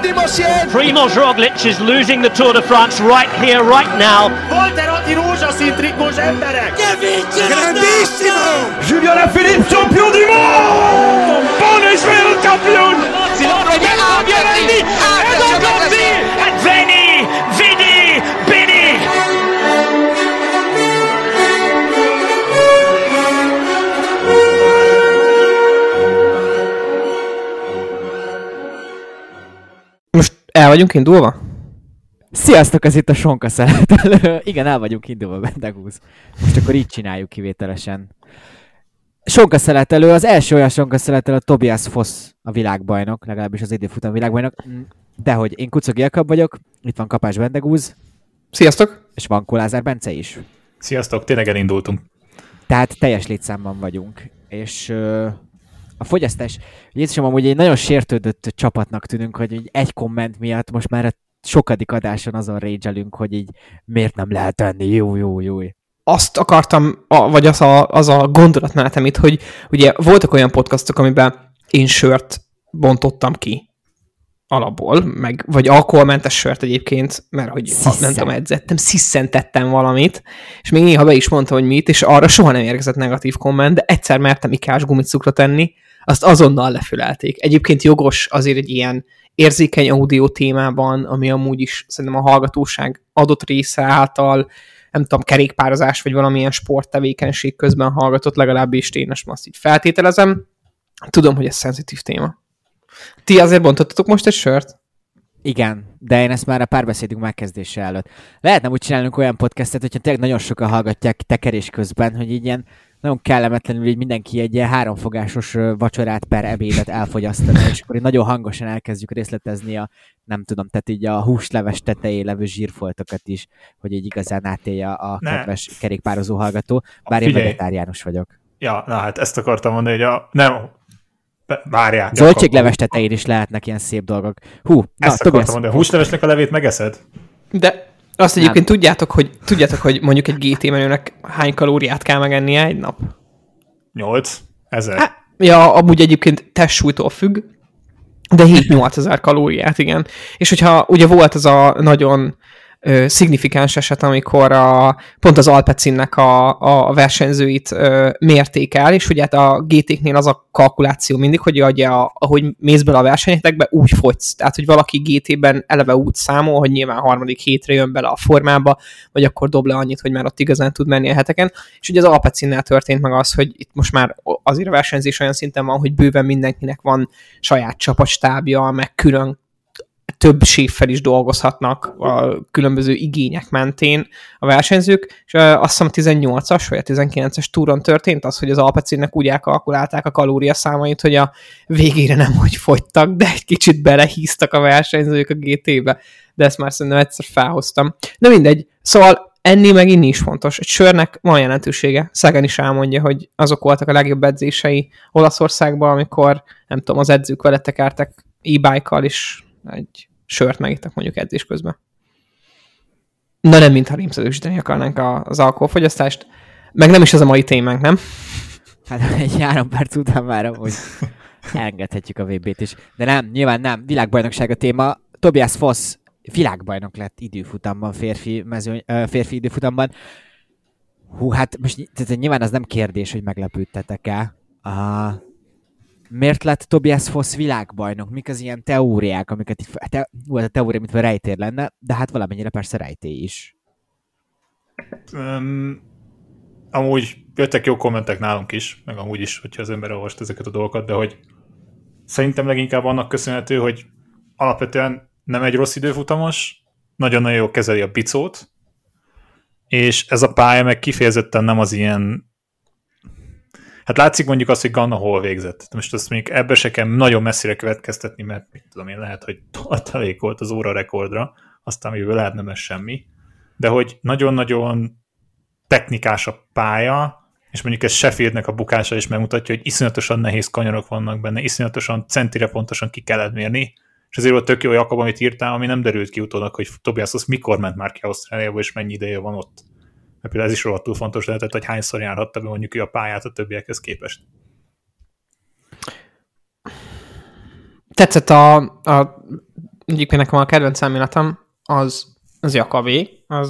Primož Roglic is losing the Tour de France right here, right now. Volterati rózsaszín trikós emberek! Grandissimo! Julien Alaphilippe, champion du monde! Buon Israel champion! And Veni, Vidi, Bini! Most el vagyunk indulva? Sziasztok, ez itt a Sonka Szeletelő. Igen, el vagyunk indulva, Bendegúz. Most akkor így csináljuk kivételesen. Sonka Szeletelő, az első olyan Sonka Szeletelő, Tobias Foss a világbajnok, legalábbis az időfutam világbajnok. Dehogy, én Kucogi Jakab vagyok, itt van Kapás Bendegúz. Sziasztok! És van Kolázár Bence is. Sziasztok, tényleg elindultunk. Tehát teljes létszámban vagyunk. És a fogyasztás, Jézusom, amúgy egy nagyon sértődött csapatnak tűnünk, hogy egy komment miatt most már a sokadik adáson azon rage-elünk, hogy így miért nem lehet tenni, jó. Azt akartam, vagy az a gondolatmenetem itt, hogy ugye voltak olyan podcastok, amiben én sört bontottam ki alapból, vagy alkoholmentes sört egyébként, mert hogy nem tudom, edzettem, sziszentettem valamit, és még néha be is mondta, hogy mit, és arra soha nem érkezett negatív komment, de egyszer mertem ikás gumicukrot enni, azt azonnal lefülelték. Egyébként jogos azért egy ilyen érzékeny audio témában, ami amúgy is szerintem a hallgatóság adott része által, nem tudom, kerékpározás vagy valamilyen sporttevékenység közben hallgatott, legalábbis én azt így feltételezem. Tudom, hogy ez szenzitív téma. Ti azért bontottatok most egy sört? Igen, de én ezt már a párbeszédünk megkezdése előtt. Lehetne úgy csinálnunk olyan podcastet, hogyha tényleg nagyon sokan hallgatják tekerés közben, hogy így ilyen nagyon kellemetlenül így mindenki egy ilyen 3 fogásos vacsorát per ebédet elfogyasztana, és akkor így nagyon hangosan elkezdjük részletezni a, nem tudom, tehát így a húsleves tetején levő zsírfoltokat is, hogy így igazán átélje a kedves kerékpározó hallgató, bár én vegetáriánus vagyok. Ja, na hát ezt akartam mondani, hogy várjál. Zöldségleves tetején is lehetnek ilyen szép dolgok. Ezt akartam mondani, a húslevesnek a levét megeszed? De azt egyébként tudjátok, hogy mondjuk egy GT menőnek hány kalóriát kell megennie egy nap? 8000. Ja, amúgy egyébként testsúlytól függ, de 7-8 ezer kalóriát, igen. És hogyha ugye volt az a nagyon szignifikáns eset, amikor pont az Alpecinnek a versenyzőit mérték el, és ugye hát a GT-knél az a kalkuláció mindig, hogy ahogy mész bele a versenyetekbe, úgy fogysz. Tehát, hogy valaki GT-ben eleve úgy számol, hogy nyilván harmadik hétre jön bele a formába, vagy akkor dob le annyit, hogy már ott igazán tud menni a heteken. És ugye az Alpecinnel történt meg az, hogy itt most már azért a versenyzés olyan szinten van, hogy bőven mindenkinek van saját csapatstábja, meg külön több séffel is dolgozhatnak a különböző igények mentén a versenyzők, és azt hiszem a 18-as vagy a 19-es túron történt az, hogy az Alpecinnek úgy elkalkulálták a kalóriaszámait, hogy a végére nem úgy fogytak, de egy kicsit belehíztak a versenyzők a GT-be, de ezt már szerintem egyszer felhoztam. De mindegy, szóval enni meg inni is fontos. Egy sörnek van jelentősége. Szegen is elmondja, hogy azok voltak a legjobb edzései Olaszországban, amikor, nem tudom, az edzők vele tekertek e-bike-kal is egy sört megittak mondjuk edzés közben. Na nem, mintha rémszerűsíteni akarnánk az alkoholfogyasztást. Meg nem is ez a mai témánk, nem? Hát egy 3 perc után már hogy elengedhetjük a VB-t is. De nem, nyilván nem. Világbajnokság a téma. Tobias Foss világbajnok lett időfutamban, férfi időfutamban. Hát most tehát nyilván az nem kérdés, hogy meglepődtetek-e. Miért lett Tobias Foss világbajnok? Mik az ilyen teóriák, amiket volt a teória, mintha rejtér lenne, de hát valamennyire persze rejtély is. Amúgy jöttek jó kommentek nálunk is, meg amúgy is, hogyha az ember olvast ezeket a dolgokat, de hogy szerintem leginkább annak köszönhető, hogy alapvetően nem egy rossz időfutamos, nagyon-nagyon jól kezeli a bicót, és ez a pálya meg kifejezetten nem az ilyen. Hát látszik mondjuk azt, hogy Ganna hol végzett. De most azt még ebbe se kell nagyon messzire következtetni, mert mit tudom én, lehet, hogy tartalék volt az óra rekordra, aztán amiből lehet nem ez semmi. De hogy nagyon-nagyon technikás a pálya, és mondjuk ez Sheffieldnek a bukása is megmutatja, hogy iszonyatosan nehéz kanyarok vannak benne, iszonyatosan centire pontosan ki kellett mérni, és azért volt tök jó Jakab, amit írtál, ami nem derült ki utólag, hogy Tobias Foss mikor ment már ki Ausztráliába, és mennyi ideje van ott. Mert például ez is rohadtul fontos lehetett, hogy hányszor járhatta be mondjuk ő a pályát a többiekhez képest. Tetszett egyébként nekem a kedvenc elméletem az Jakavé, az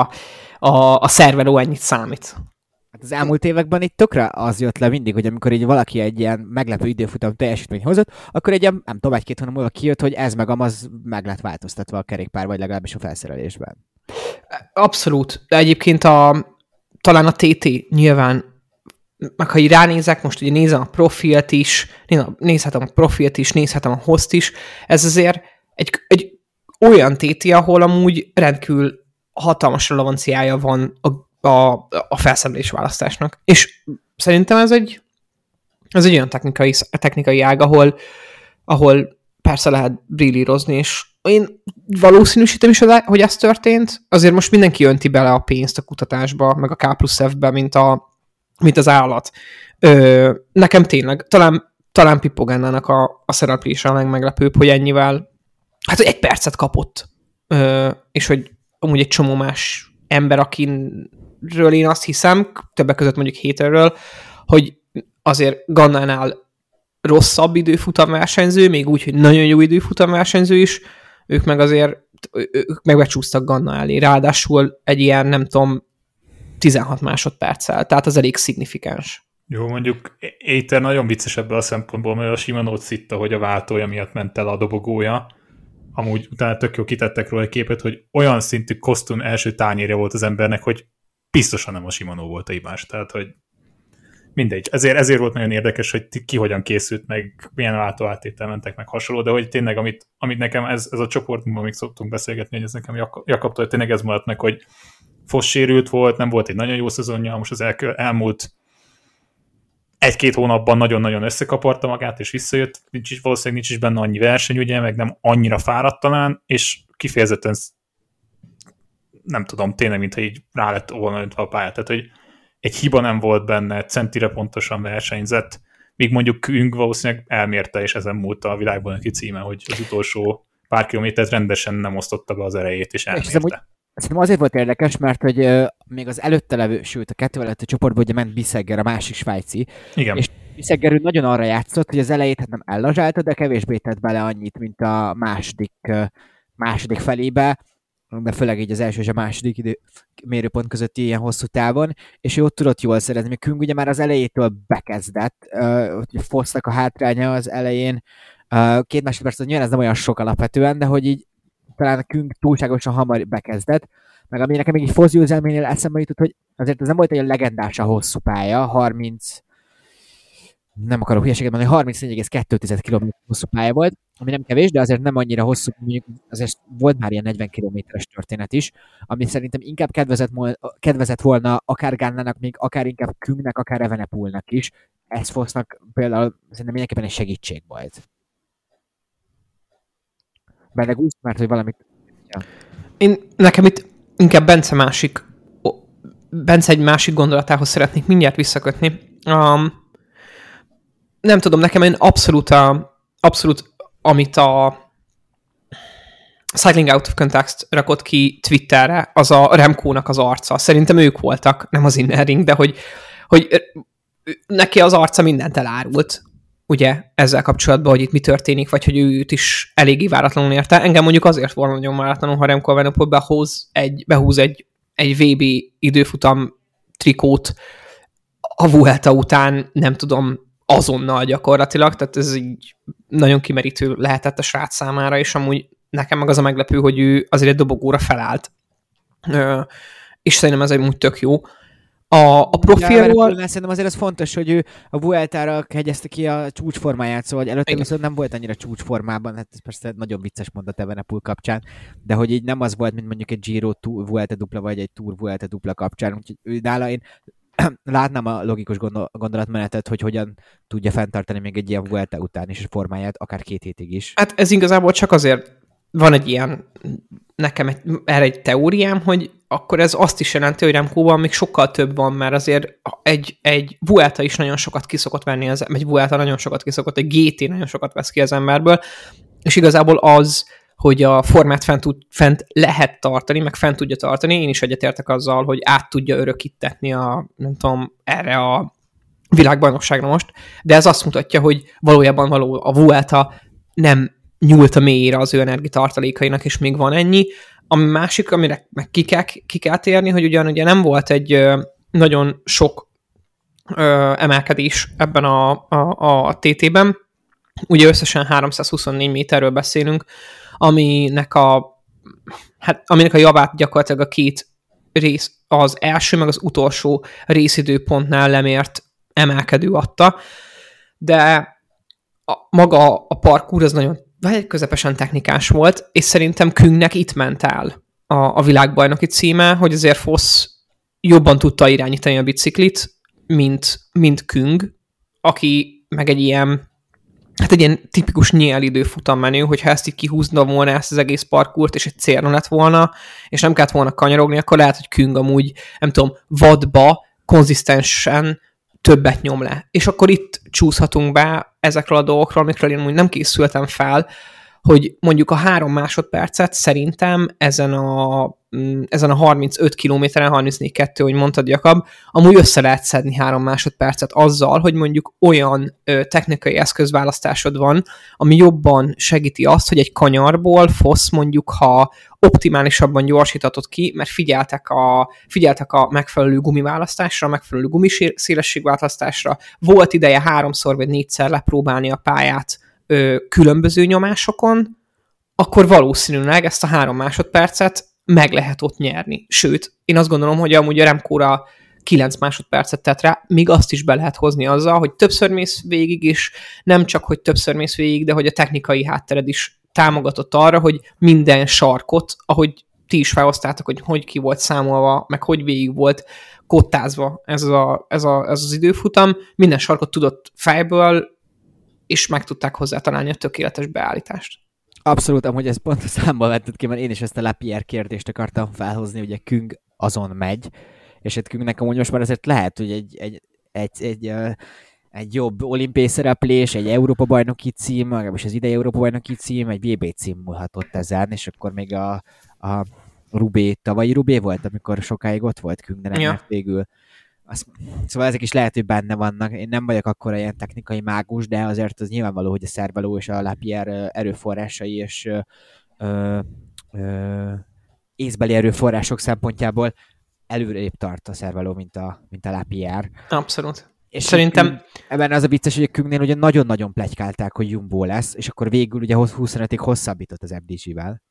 a szerveró ennyit számít. Hát az elmúlt években itt tökre az jött le mindig, hogy amikor így valaki egy ilyen meglepő időfutam teljesítmény hozott, akkor egy ilyen, nem tudom, 1-2 hónap múlva kijött, hogy ez meg amaz meg lett változtatva a kerékpár, vagy legalábbis a felszerelésben. Abszolút. De egyébként talán a TT nyilván, meg ha így ránézek, most ugye nézem a profilt is, nézhetem a host is, ez azért egy olyan TT, ahol amúgy rendkívül hatalmas relevanciája van a felszerelés választásnak. És szerintem ez egy olyan technikai ág, ahol persze lehet brillírozni, és én valószínűsítem is, hogy ez történt. Azért most mindenki önti bele a pénzt a kutatásba, meg a K+F-be, mint az állat. Nekem tényleg, talán Pipogánának a szereplése a legmeglepőbb, hogy ennyivel, hát hogy 1 percet kapott. És hogy amúgy egy csomó más ember, akiről én azt hiszem, többek között mondjuk Haterről, hogy azért Gannánál rosszabb időfutamversenyző, még úgy, hogy nagyon jó időfutamversenyző is, ők meg azért becsúsztak Ganna elé. Ráadásul egy ilyen, nem tudom, 16 másodperccel, tehát az elég szignifikáns. Jó, mondjuk Éter nagyon vicces ebből a szempontból, mert a Shimano-t szitta, hogy a váltója miatt ment el a dobogója. Amúgy utána tök jó kitettek róla egy képet, hogy olyan szintű kosztüm első tányérja volt az embernek, hogy biztosan nem a Shimano volt a hibás. Tehát, hogy mindegy. Ezért volt nagyon érdekes, hogy ki hogyan készült, meg milyen váltóáttétel mentek, meg hasonló, de hogy tényleg, amit nekem ez a csoportunkban még szoktunk beszélgetni, hogy ez nekem Jakabtól tényleg ez maradt meg, hogy Foss sérült volt, nem volt egy nagyon jó szezonja, most az elmúlt 1-2 hónapban nagyon-nagyon összekaparta magát, és visszajött, valószínűleg nincs is benne annyi verseny, ugye, meg nem annyira fáradt talán, és kifejezetten nem tudom, tényleg, mintha így rá lett volna öntve a pályát, tehát, hogy egy hiba nem volt benne, centire pontosan versenyzett, míg mondjuk Küng valószínűleg elmérte, és ezen múlt a világbajnoki címe, hogy az utolsó pár kilométert rendesen nem osztotta be az erejét, és elmérte. Szerintem azért volt érdekes, mert hogy még az előtte levő, sőt a 2 előtti csoportban ugye ment Bissegger, a másik svájci. Igen. És Bissegger nagyon arra játszott, hogy az elejét hát nem ellazsálta, de kevésbé tett bele annyit, mint a második felébe, de főleg így az első és a második mérőpont közötti ilyen hosszú távon, és ő ott tudott jól szerezni. Küng ugye már az elejétől bekezdett, Fosznak a hátránya az elején, 2 másodperc, nyilván ez nem olyan sok alapvetően, de hogy így talán a Küng túlságosan hamar bekezdett, meg ami nekem még így Fosz győzelménél eszembe jutott, hogy azért ez nem volt egy legendás a hosszú pálya, nem akarok hülyeséget mondani, 34,2 km hosszú pálya volt, ami nem kevés, de azért nem annyira hosszú, mondjuk azért volt már ilyen 40 kilométeres történet is, ami szerintem inkább kedvezett volna akár Gannának, még akár inkább Küngnek, akár Evenepoelnek is. Ez Fosznak például szerintem mindenképpen egy segítség volt. Benne úgy, mert hogy valamit... Ja. Nekem itt inkább Bence egy másik gondolatához szeretnék mindjárt visszakötni. Nem tudom, nekem én abszolút amit a Cycling Out of Context rakott ki Twitterre, az a Remco-nak az arca. Szerintem ők voltak, nem az Inner Ring, de hogy neki az arca mindent elárult, ugye, ezzel kapcsolatban, hogy itt mi történik, vagy hogy őt is eléggé váratlanul érte. Engem mondjuk azért volna nagyon váratlanul, ha Remco Evenepoel behúz egy VB időfutam trikót a Vuelta után, nem tudom, azonnal gyakorlatilag, tehát ez így nagyon kimerítő lehetett a srác számára, és amúgy nekem meg az a meglepő, hogy ő azért egy dobogóra felállt. És szerintem ez amúgy tök jó. A profilról... Szerintem azért az fontos, hogy ő a Vueltára hegyezte ki a csúcsformáját, szóval előtte viszont nem volt annyira csúcsformában, hát ez persze nagyon vicces mondat Evenepoel kapcsán, de hogy így nem az volt, mint mondjuk egy Giro Vuelta dupla, vagy egy Tour Vuelta dupla kapcsán, úgyhogy ő nála én látnám a logikus gondolatmenetet, hogy hogyan tudja fenntartani még egy ilyen Vuelta után is a formáját, akár 2 hétig is. Hát ez igazából csak azért van egy ilyen, nekem erre egy teóriám, hogy akkor ez azt is jelenti, hogy Remco-ban még sokkal több van, mert azért egy Vuelta is nagyon sokat kiszokott venni, egy Vuelta nagyon sokat kiszokott, egy GT nagyon sokat vesz ki az emberből, és igazából az, hogy a formát fent lehet tartani, meg fent tudja tartani, én is egyetértek azzal, hogy át tudja örökítetni nem tudom, erre a világbajnokságra most, de ez azt mutatja, hogy valójában a Vuelta nem nyúlt a mélyére az ő energiatartalékainak, és még van ennyi. A másik, amire meg ki kell térni, hogy ugye nem volt egy nagyon sok emelkedés ebben a TT-ben. Ugye összesen 324 méterről beszélünk, aminek a javát gyakorlatilag a két rész, az első meg az utolsó részidőpontnál lemért emelkedő adta, de maga a parkour az nagyon közepesen technikás volt, és szerintem Küngnek itt ment el a világbajnoki címe, hogy azért Foss jobban tudta irányítani a biciklit, mint Küng, aki meg egy ilyen tipikus nyílidő futammenő, hogyha ezt így kihúzna volna ezt az egész parkourt, és egy célra lett volna, és nem kellett volna kanyarogni, akkor lehet, hogy Küng amúgy, nem tudom, vadba, konzisztensen többet nyom le. És akkor itt csúszhatunk be ezekről a dolgokról, amikről én amúgy nem készültem fel, hogy mondjuk a 3 másodpercet szerintem ezen a 35 kilométeren, 34-2, hogy mondtad, Jakab, amúgy össze lehet szedni 3 másodpercet azzal, hogy mondjuk olyan technikai eszközválasztásod van, ami jobban segíti azt, hogy egy kanyarból Foss mondjuk, ha optimálisabban gyorsítatod ki, mert figyeltek a megfelelő gumiválasztásra, a megfelelő gumiszélességválasztásra, volt ideje 3-szor vagy 4-szer lepróbálni a pályát különböző nyomásokon, akkor valószínűleg ezt a 3 másodpercet meg lehet ott nyerni. Sőt, én azt gondolom, hogy amúgy a Remco-ra 9 másodpercet tett rá, még azt is be lehet hozni azzal, hogy többször mész végig, és nem csak, hogy többször mész végig, de hogy a technikai háttered is támogatott arra, hogy minden sarkot, ahogy ti is felhoztátok, hogy ki volt számolva, meg hogy végig volt kottázva ez az időfutam, minden sarkot tudott fejből, és meg tudták hozzá találni a tökéletes beállítást. Abszolút, amúgy ez pont a számból vetted ki, mert én is ezt a Lapierre kérdést akartam felhozni, ugye Küng azon megy, és egy Küngnek amúgy most már azért lehet, hogy egy jobb olimpiai szereplés, egy Európa-bajnoki cím, legalábbis az idei Európa-bajnoki cím, egy VB cím múlhatott ezen, és akkor még a Rubé, tavalyi Rubé volt, amikor sokáig ott volt Küng, de nem mert végül. Szóval ezek is lehet, hogy benne vannak. Én nem vagyok akkora ilyen technikai mágus, de azért az nyilvánvaló, hogy a Cervélo és a Lapierre erőforrásai és észbeli erőforrások szempontjából előrébb tart a Cervélo, mint a Lapierre. Abszolút. És szerintem ebben az a vicces, hogy a Küngnél ugye nagyon-nagyon pletykálták, hogy Jumbo lesz, és akkor végül ugye 25-ig hosszabbított az FDG-vel.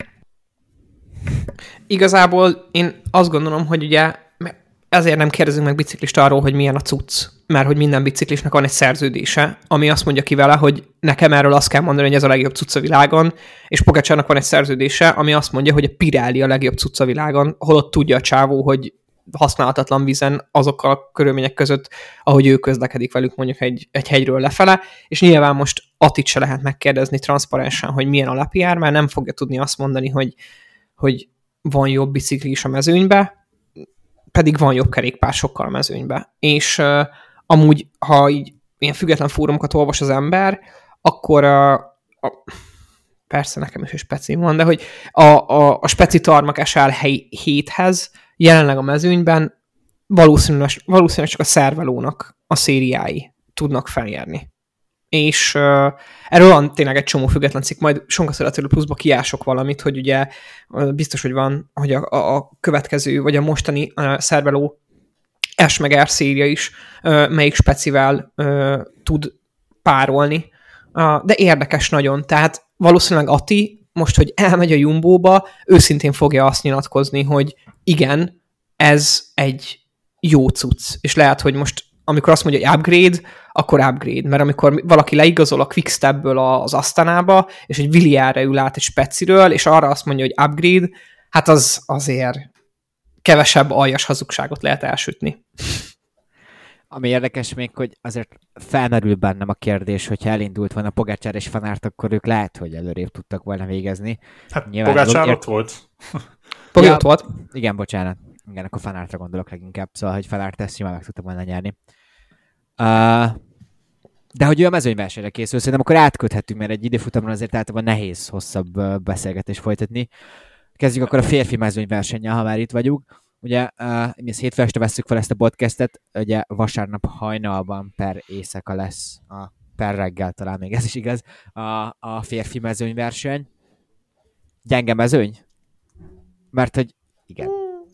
Igazából én azt gondolom, hogy ugye ezért nem kérdezünk meg biciklista arról, hogy milyen a cucc, mert hogy minden biciklisnek van egy szerződése, ami azt mondja ki vele, hogy nekem erről azt kell mondani, hogy ez a legjobb cucc a világon, és Pogačarnak van egy szerződése, ami azt mondja, hogy a Pirelli a legjobb cucc a világon, holott tudja a csávó, hogy használhatatlan vízen azokkal a körülmények között, ahogy ő közlekedik velük mondjuk egy hegyről lefele, és nyilván most Attit se lehet megkérdezni transzparensen, hogy milyen a Lapierre, mert nem fogja tudni azt mondani, hogy van jobb bicikli is a mezőnybe, pedig van jobb kerékpár sokkal a mezőnybe. És amúgy, ha így ilyen független fórumokat olvas az ember, akkor persze nekem is egy specim van, de hogy a speci tarmak SL 7-hez jelenleg a mezőnyben valószínűleg csak a Cervelónak a szériái tudnak felérni. És erről van tényleg egy csomó független cikk, majd Sonkaszöretről pluszba kiások valamit, hogy ugye biztos, hogy van, hogy a következő, vagy a mostani Cervélo S meg R széria is melyik specivel tud párolni. De érdekes nagyon, tehát valószínűleg Atti most, hogy elmegy a Jumbóba, őszintén fogja azt nyilatkozni, hogy igen, ez egy jó cucc, és lehet, hogy most amikor azt mondja, hogy upgrade, akkor upgrade. Mert amikor valaki leigazol a Quickstepből az Astanába, és egy Villiers-re ül át egy speciről, és arra azt mondja, hogy upgrade, hát az azért kevesebb aljas hazugságot lehet elsütni. Ami érdekes még, hogy azért felmerül bennem a kérdés, hogyha elindult volna Pogačar és Van Aert, akkor ők lehet, hogy előrébb tudtak volna végezni. Hát Pogačar ott volt. Pogačar ott volt. Igen, bocsánat. Igen, akkor Van Aertre gondolok leginkább, szóval, hogy Van Aert ezt simán meg tudta volna nyerni. De hogy ő a mezőnyversenyre készül, szerintem akkor átköthetünk, mert egy időfutamon azért általában nehéz hosszabb beszélgetést folytatni. Kezdjük akkor a férfi mezőnyversennyel, ha már itt vagyunk. Ugye, mi ezt hétfő este vesszük fel ezt a podcastet, ugye vasárnap hajnalban per éjszaka lesz a per reggel, talán még ez is igaz, a férfi mezőnyverseny. Gyenge mezőny? Mert hogy igen.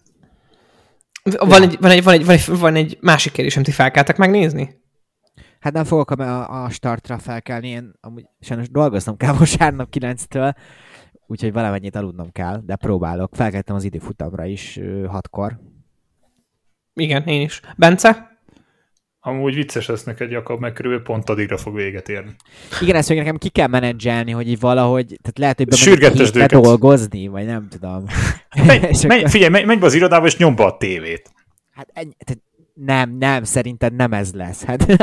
Van egy másik kérdésem, ti felkeltek megnézni? Hát nem fogok a startra felkelni, én amúgy sajnos dolgoznom kell vasárnap 9-től, úgyhogy valamennyit aludnom kell, de próbálok. Felkeltem az időfutamra is 6-kor. Igen, én is. Bence? Amúgy vicces lesz neked, Jakab, meg körülbelül pont addigra fog véget érni. Igen, ezt még nekem ki kell menedzselni, hogy így valahogy, tehát lehet, hogy Sürgetesd őket. dolgozni, vagy nem tudom. Figyelj, menj be az irodába, és nyomd be a tévét. Hát nem, szerinted nem ez lesz. Hát.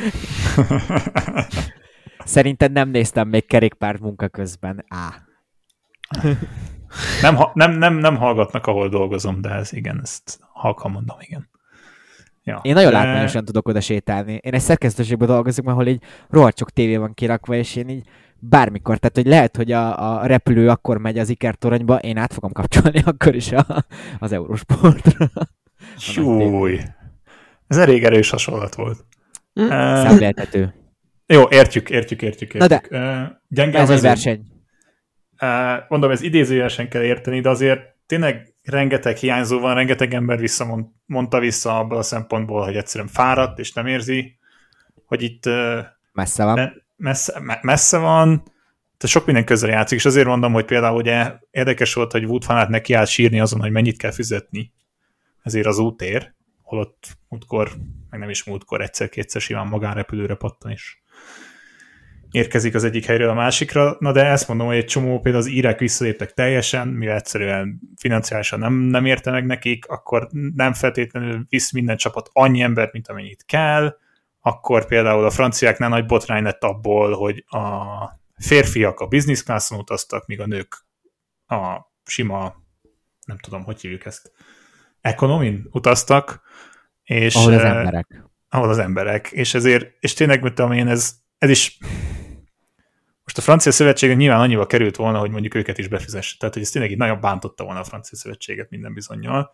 Szerinted nem néztem még kerékpárt munka közben. Nem hallgatnak, ahol dolgozom, de ez igen, ezt halkan mondom, igen. Ja. Én nagyon látványosan tudok oda sétálni. Én egy szerkesztőségben dolgozok, ahol így rohadt sok tévé van kirakva, és én így bármikor, tehát hogy lehet, hogy a repülő akkor megy az Ikertoronyba, én át fogom kapcsolni akkor is az Eurosportra. Súly. Ez elég erős hasonlat volt. Szemléltető. Jó, értjük. Na de, gyenge ez egy verseny. Mondom, ez idézőjelesen kell érteni, de azért tényleg rengeteg hiányzó van, rengeteg ember mondta vissza abban a szempontból, hogy egyszerűen fáradt, és nem érzi, hogy itt messze van. Messze van, tehát sok minden közel játszik, és azért mondom, hogy például ugye érdekes volt, hogy Wout van Aert neki állt sírni azon, hogy mennyit kell fizetni ezért az útér, holott múltkor, meg nem is múltkor, egyszer-kétszer simán magánrepülőre pattan is érkezik az egyik helyről a másikra. Na de ezt mondom, hogy egy csomó például az írek visszaléptek teljesen, mivel egyszerűen financiálisan nem érte meg nekik, akkor nem feltétlenül visz minden csapat annyi embert, mint amennyit kell, akkor például a franciáknál nagy botrány lett abból, hogy a férfiak a business classon utaztak, míg a nők a sima, nem tudom, hogy hívjuk ezt, economin utaztak, és ahol az emberek. És ezért, és tényleg, mit tudom én, ez is most a francia szövetségen nyilván annyiba került volna, hogy mondjuk őket is befizesse. Tehát, hogy ez tényleg így nagyon bántotta volna a francia szövetséget minden bizonnyal.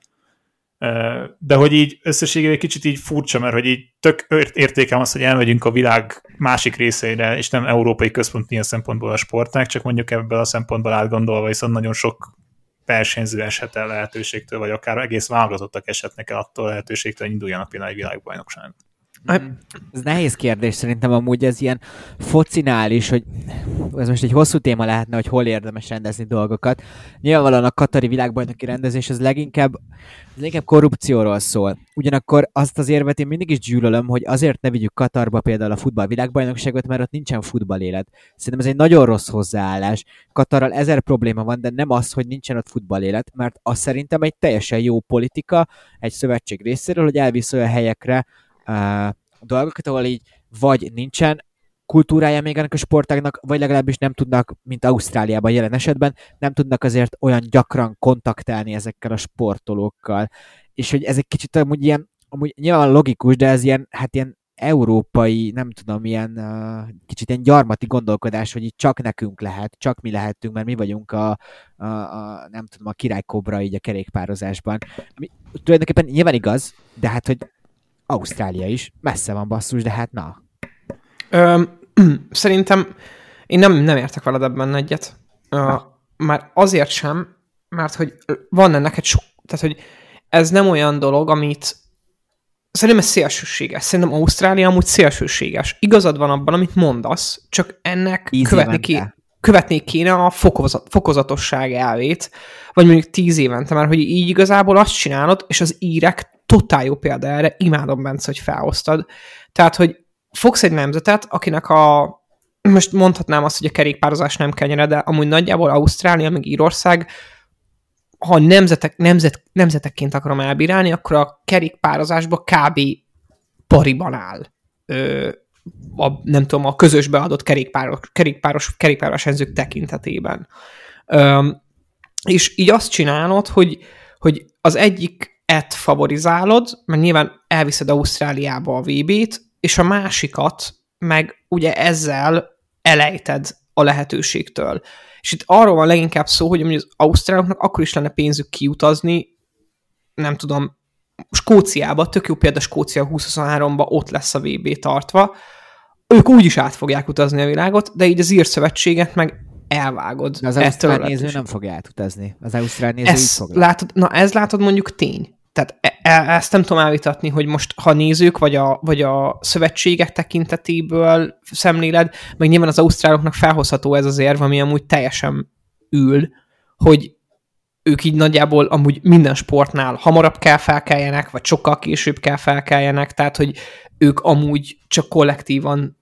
De hogy így összességében egy kicsit így furcsa, mert hogy így tök értékelem azt, hogy elmegyünk a világ másik részeire, és nem európai központ ilyen szempontból a sportág, csak mondjuk ebből a szempontból átgondolva, viszont nagyon sok versenyző eshet el lehetőségtől, vagy akár egész válogatottak eshetnek el attól lehetőségtől, hogy induljanak például egy világbajnokság. Ez nehéz kérdés, szerintem amúgy ez ilyen focinál is, hogy ez most egy hosszú téma lehetne, hogy hol érdemes rendezni dolgokat. Nyilvánvalóan a katari világbajnoki rendezés az leginkább korrupcióról szól. Ugyanakkor azt az érvet én mindig is gyűlölöm, hogy azért ne vigyük Katarba például a futball világbajnokságot, mert ott nincsen futballélet. Szerintem ez egy nagyon rossz hozzáállás. Katarral 1000 probléma van, de nem az, hogy nincsen ott futballélet, mert az szerintem egy teljesen jó politika egy szövetség részéről, hogy elvisz olyan helyekre dolgokat, ahol így vagy nincsen kultúrája még ennek a sportágnak, vagy legalábbis nem tudnak, mint Ausztráliában jelen esetben, nem tudnak azért olyan gyakran kontaktálni ezekkel a sportolókkal. És hogy ez egy kicsit amúgy nyilván logikus, de ez ilyen európai, nem tudom, kicsit ilyen gyarmati gondolkodás, hogy így csak nekünk lehet, csak mi lehetünk, mert mi vagyunk nem tudom, a királykobra így a kerékpározásban. Ami tulajdonképpen nyilván igaz, de hát, hogy Ausztrália is. Messze van, basszus, de hát na. Szerintem én nem értek veled ebben egyet. Már azért sem, mert hogy van ennek egy sok... Tehát, hogy ez nem olyan dolog, amit... Szerintem ez szélsőséges. Szerintem Ausztrália amúgy szélsőséges. Igazad van abban, amit mondasz, csak ennek követni kéne a fokozatosság elvét, vagy mondjuk 10 évente, mert hogy így igazából azt csinálod, és az írek totál jó példa erre, imádom, Bence, hogy felhoztad. Tehát, hogy fogsz egy nemzetet, akinek most mondhatnám azt, hogy a kerékpározás nem kenyere, de amúgy nagyjából Ausztrália, meg Írország, ha nemzetekként akarom elbírálni, akkor a kerékpározásban kb. Pariban áll. Nem tudom, a közös beadott kerékpárversenyzők tekintetében. És így azt csinálod, hogy az egyik favorizálod, mert nyilván elviszed Ausztráliába a VB-t, és a másikat meg ugye ezzel elejted a lehetőségtől. És itt arról van leginkább szó, hogy az ausztráloknak akkor is lenne pénzük kiutazni, nem tudom, Skóciába, tök jó példa Skócia 2023-ban ott lesz a VB tartva, ők úgyis át fogják utazni a világot, de így az ír szövetséget meg elvágod. De az ausztrál néző nem fog átutazni. Az ausztrál néző így fog. Ez látod mondjuk tény. Tehát ezt nem tudom elvitatni, hogy most ha nézők, vagy a szövetségek tekintetéből szemléled, meg nyilván az ausztráloknak felhozható ez az érv, ami amúgy teljesen ül, hogy ők így nagyjából amúgy minden sportnál hamarabb kell felkeljenek, vagy sokkal később kell felkeljenek, tehát hogy ők amúgy csak kollektívan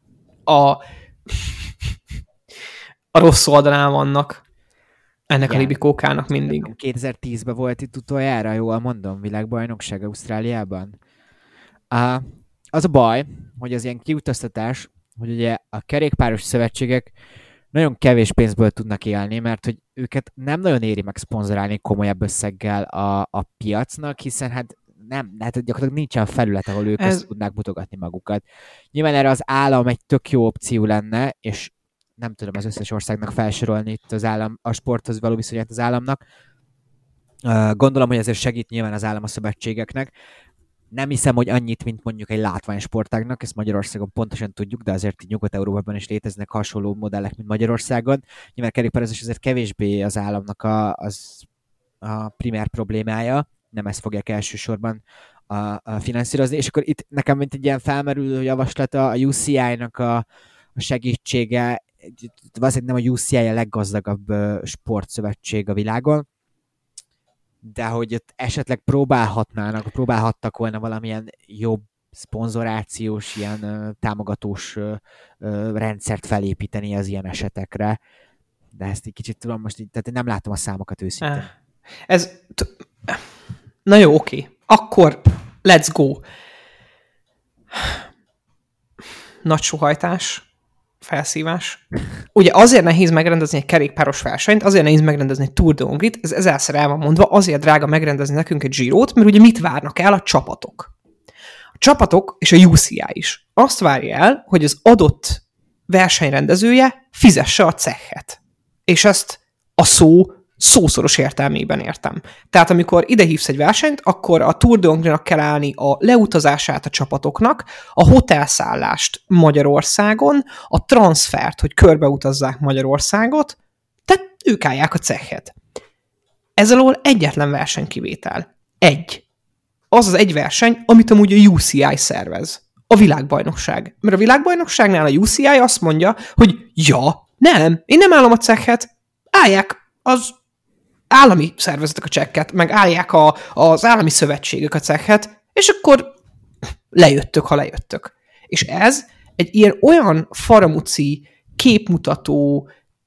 a rossz oldalán vannak ennek a libikókának mindig. 2010-ben volt itt utoljára, jól mondom, világbajnokság Ausztráliában. Az a baj, hogy az ilyen kiutaztatás, hogy ugye a kerékpáros szövetségek nagyon kevés pénzből tudnak élni, mert hogy őket nem nagyon éri meg szponzorálni komolyabb összeggel a piacnak, hiszen hát gyakorlatilag nincsen felület, ahol ők ezt tudnák mutogatni magukat. Nyilván erre az állam egy tök jó opció lenne, és nem tudom az összes országnak felsorolni itt a sporthoz való viszonyát az államnak. Gondolom, hogy ezért segít nyilván az állam a szövetségeknek. Nem hiszem, hogy annyit, mint mondjuk egy látványsportágnak, ezt Magyarországon pontosan tudjuk, de azért így Nyugat-Európában is léteznek hasonló modellek, mint Magyarországon. Nyilván kerékpározás azért kevésbé az államnak a primer problémája, nem ezt fogják elsősorban finanszírozni, és akkor itt nekem mint egy ilyen felmerülő javaslata a UCI-nak a segítsége, valószínűleg nem a UCI a leggazdagabb sportszövetség a világon, de hogy ott esetleg próbálhattak volna valamilyen jobb szponzorációs, ilyen támogatós rendszert felépíteni az ilyen esetekre, de ezt egy kicsit tudom most így, tehát nem látom a számokat őszintén. Na jó, oké. Akkor let's go. Nagy suhajtás, felszívás. Ugye azért nehéz megrendezni egy kerékpáros versenyt, azért nehéz megrendezni egy Tour de Hongrit, ez ezerszer el van mondva, azért drága megrendezni nekünk egy Girót, mert ugye mit várnak el a csapatok? A csapatok és a UCI is azt várja el, hogy az adott versenyrendezője fizesse a cechet. És ezt a szószoros értelmében értem. Tehát amikor ide hívsz egy versenyt, akkor a Tour de Hongrinak kell állni a leutazását a csapatoknak, a hotelszállást Magyarországon, a transfert, hogy körbeutazzák Magyarországot, tehát ők állják a cechet. Ez alól egyetlen versenykivétel. Az az egy verseny, amit amúgy a UCI szervez. A világbajnokság. Mert a világbajnokságnál a UCI azt mondja, hogy én nem állom a cechet, állják az állami szervezetek a csekket, meg állják az állami szövetségek a cechet, és akkor lejöttök, ha lejöttök. És ez egy ilyen olyan faramuci, képmutató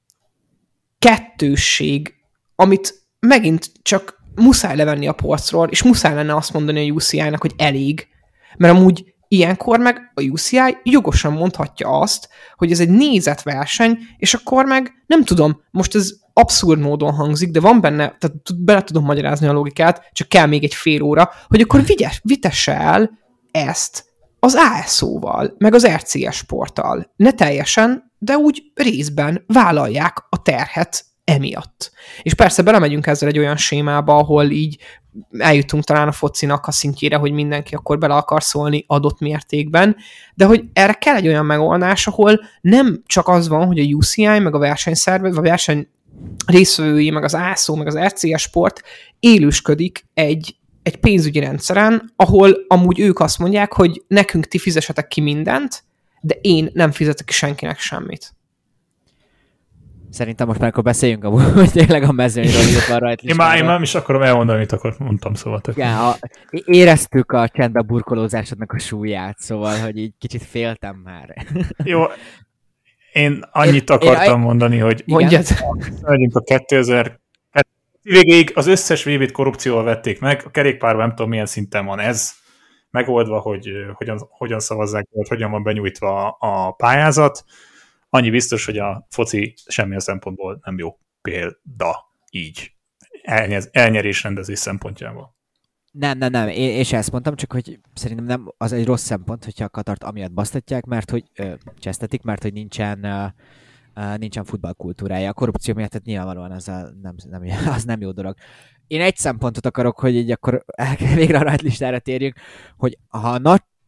kettősség, amit megint csak muszáj levenni a polcról, és muszáj lenne azt mondani a UCI-nak, hogy elég, mert amúgy ilyenkor meg a UCI jogosan mondhatja azt, hogy ez egy nézett verseny, és akkor meg nem tudom, most ez abszurd módon hangzik, de van benne, tehát bele tudom magyarázni a logikát, csak kell még egy fél óra, hogy akkor vitesse el ezt az ASO-val, meg az RCS sporttal. Ne teljesen, de úgy részben vállalják a terhet emiatt. És persze belemegyünk ezzel egy olyan sémába, ahol így eljutunk talán a focinak a szintjére, hogy mindenki akkor bele akar szólni adott mértékben, de hogy erre kell egy olyan megoldás, ahol nem csak az van, hogy a UCI, meg a versenyszervezet, vagy a verseny részvevői, meg az ASO, meg az RCS sport élősködik egy pénzügyi rendszeren, ahol amúgy ők azt mondják, hogy nekünk ti fizessetek ki mindent, de én nem fizetek ki senkinek semmit. Szerintem most már akkor beszéljünk amúgy, hogy tényleg a mezőnyről jut van rajta. Én már nem is akarom elmondani, amit akkor mondtam, szóval. Éreztük a csendbe burkolózásodnak a súlyát, szóval, hogy így kicsit féltem már. Jó, én annyit akartam mondani, hogy megyünk a 2000 végéig az összes VB-t korrupcióval vették meg, a kerékpárban nem tudom milyen szinten van ez megoldva, hogy hogyan szavazzák, vagy hogyan van benyújtva a pályázat. Annyi biztos, hogy a foci semmilyen szempontból nem jó példa így. Elnyerés rendezés szempontjából. Nem, és ezt mondtam, csak hogy szerintem nem az egy rossz szempont, hogyha a Katart amiatt basztatják, mert hogy csesztetik, mert hogy nincsen futballkultúrája. A korrupció miatt tehát nyilvánvalóan az nem jó dolog. Én egy szempontot akarok, hogy így akkor végre a rajtlistára térjünk, hogy ha a nagy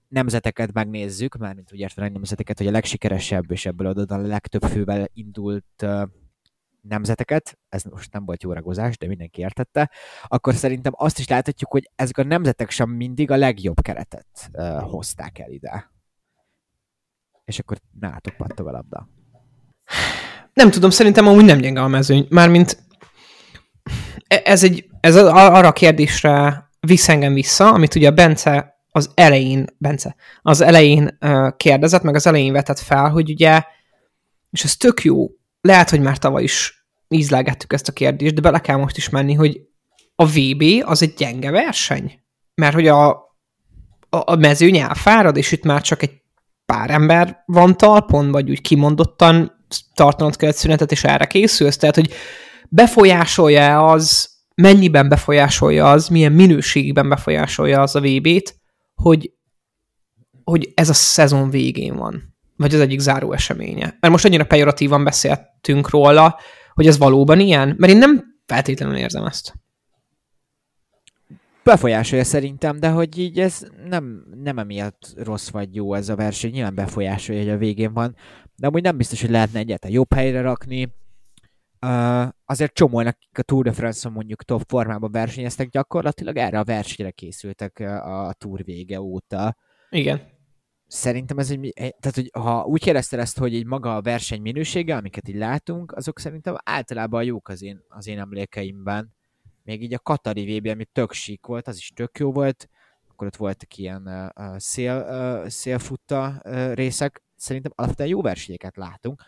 nemzeteket megnézzük, mármint úgy értem a nemzeteket, hogy a legsikeresebb és ebből a legtöbb fővel indult nemzeteket, ez most nem volt jó ragozás, de mindenki értette, akkor szerintem azt is láthatjuk, hogy ezek a nemzetek sem mindig a legjobb keretet hozták el ide. És akkor nálatok pattog a labda. Nem tudom, szerintem amúgy nem gyenge a mezőny. Mármint ez arra a kérdésre visz engem vissza, amit ugye Bence az elején kérdezett, meg az elején vetett fel, hogy ugye, és ez tök jó, lehet, hogy már tavaly is ízlelgettük ezt a kérdést, de bele kell most is menni, hogy a VB az egy gyenge verseny. Mert hogy a mezőny elfárad, és itt már csak egy pár ember van talpon, vagy úgy kimondottan tartanod kell egy szünetet, és erre készülsz. Tehát, hogy befolyásolja az, mennyiben befolyásolja az, milyen minőségben befolyásolja az a VB-t, hogy ez a szezon végén van. Vagy az egyik záró eseménye. Mert most annyira pejoratívan beszéltünk róla, hogy ez valóban ilyen, mert én nem feltétlenül érzem ezt. Befolyásolja szerintem, de hogy így ez nem emiatt rossz vagy jó ez a verseny, nyilván befolyásolja, hogy a végén van, de amúgy nem biztos, hogy lehetne egyáltalán jobb helyre rakni. Azért csomóan, akik a Tour de France-on mondjuk top formában versenyeztek, gyakorlatilag erre a versenyre készültek a Tour vége óta. Igen. Szerintem ez tehát, hogy ha úgy kérdezted ezt, hogy így maga a verseny minősége, amiket így látunk, azok szerintem általában jók az én emlékeimben. Még így a Katari VB, ami tök sík volt, az is tök jó volt, akkor ott voltak ilyen szélfutta részek, szerintem alapvetően jó versenyeket látunk.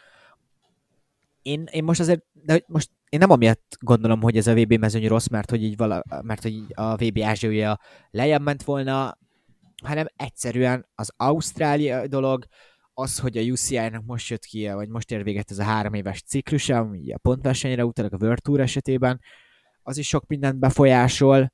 Én most azért, de most én nem amiatt gondolom, hogy ez a VB mezőny rossz, mert hogy így a VB Ázsiója lejjebb ment volna, hanem egyszerűen az Ausztrália dolog, az, hogy a UCI-nak most jött ki, vagy most ér véget ez a 3 éves ciklusa, ami a pontversenyre utalak a World Tour esetében, az is sok mindent befolyásol,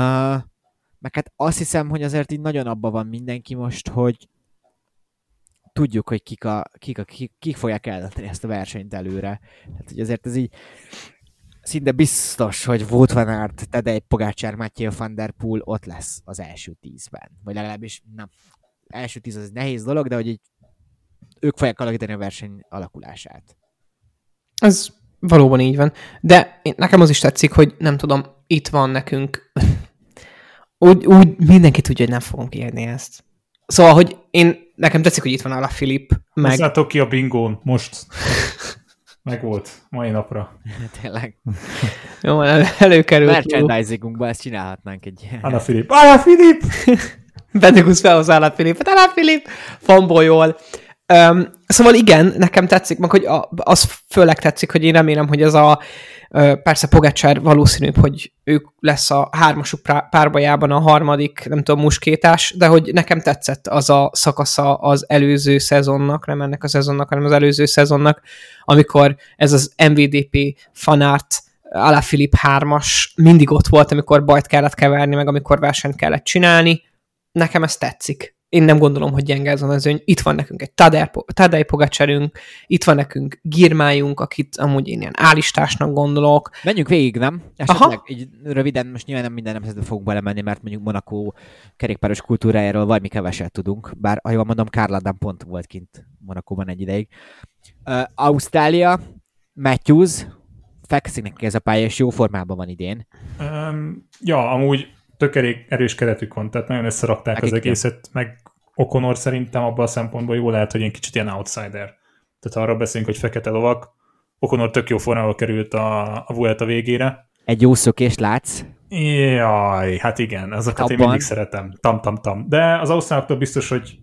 meg hát azt hiszem, hogy azért így nagyon abban van mindenki most, hogy tudjuk, hogy kik fogják eldönteni ezt a versenyt előre. Tehát, hogy azért ez így szinte biztos, hogy Wout van Aert, Tadej Pogačar, Mathieu van der Poel ott lesz az első 10-ben. Vagy legalábbis nem. Első 10 az nehéz dolog, de hogy így ők fogják alakítani a verseny alakulását. Ez valóban így van. De nekem az is tetszik, hogy nem tudom, itt van nekünk. Úgy mindenki tudja, hogy nem fogom kiadni ezt. Szóval, hogy nekem tetszik, hogy itt van Alaphilippe, meg... Hozzátok ki a bingón, most. Megvolt, mai napra. Tényleg. Jó, előkerült. Merchandisingunkban ezt csinálhatnánk egy ilyen. Alaphilippe! Bendegúz felhoz Alaphilippe, fanbolyol. Szóval igen, nekem tetszik, meg hogy az főleg tetszik, hogy én remélem, hogy ez persze Pogačar valószínűbb, hogy ő lesz a 3-asuk párbajában a harmadik, nem tudom, muskétás, de hogy nekem tetszett az a szakasza az előző szezonnak, nem ennek a szezonnak, hanem az előző szezonnak, amikor ez az MVDP Van Aert Alaphilippe 3-as mindig ott volt, amikor bajt kellett keverni, meg amikor versenyt kellett csinálni. Nekem ez tetszik. Én nem gondolom, hogy gyenge ez a mezőny. Itt van nekünk egy Tadej Pogačarünk, itt van nekünk Girmályunk, akit amúgy én ilyen álistásnak gondolok. Menjünk végig, nem? Esetleg így röviden, most nyilván nem minden nemzetbe fogunk belemenni, mert mondjuk Monaco kerékpáros kultúrájáról valami keveset tudunk, bár ha jól mondom, Karl Adam pont volt kint Monacóban egy ideig. Ausztrália, Matthews, fekszik neki ez a pálya, és jó formában van idén. Ja, amúgy tök erős keretük van, tehát nagyon összerakták az egészet, meg O'Connor szerintem abban a szempontból jó lehet, hogy egy kicsit ilyen outsider. Tehát arra beszélünk, hogy fekete lovak. O'Connor tök jó formával került a Vuelta végére. Egy jó szökést látsz? Jaj, hát igen, azokat én mindig szeretem. Tam. De az ausztráloktól biztos, hogy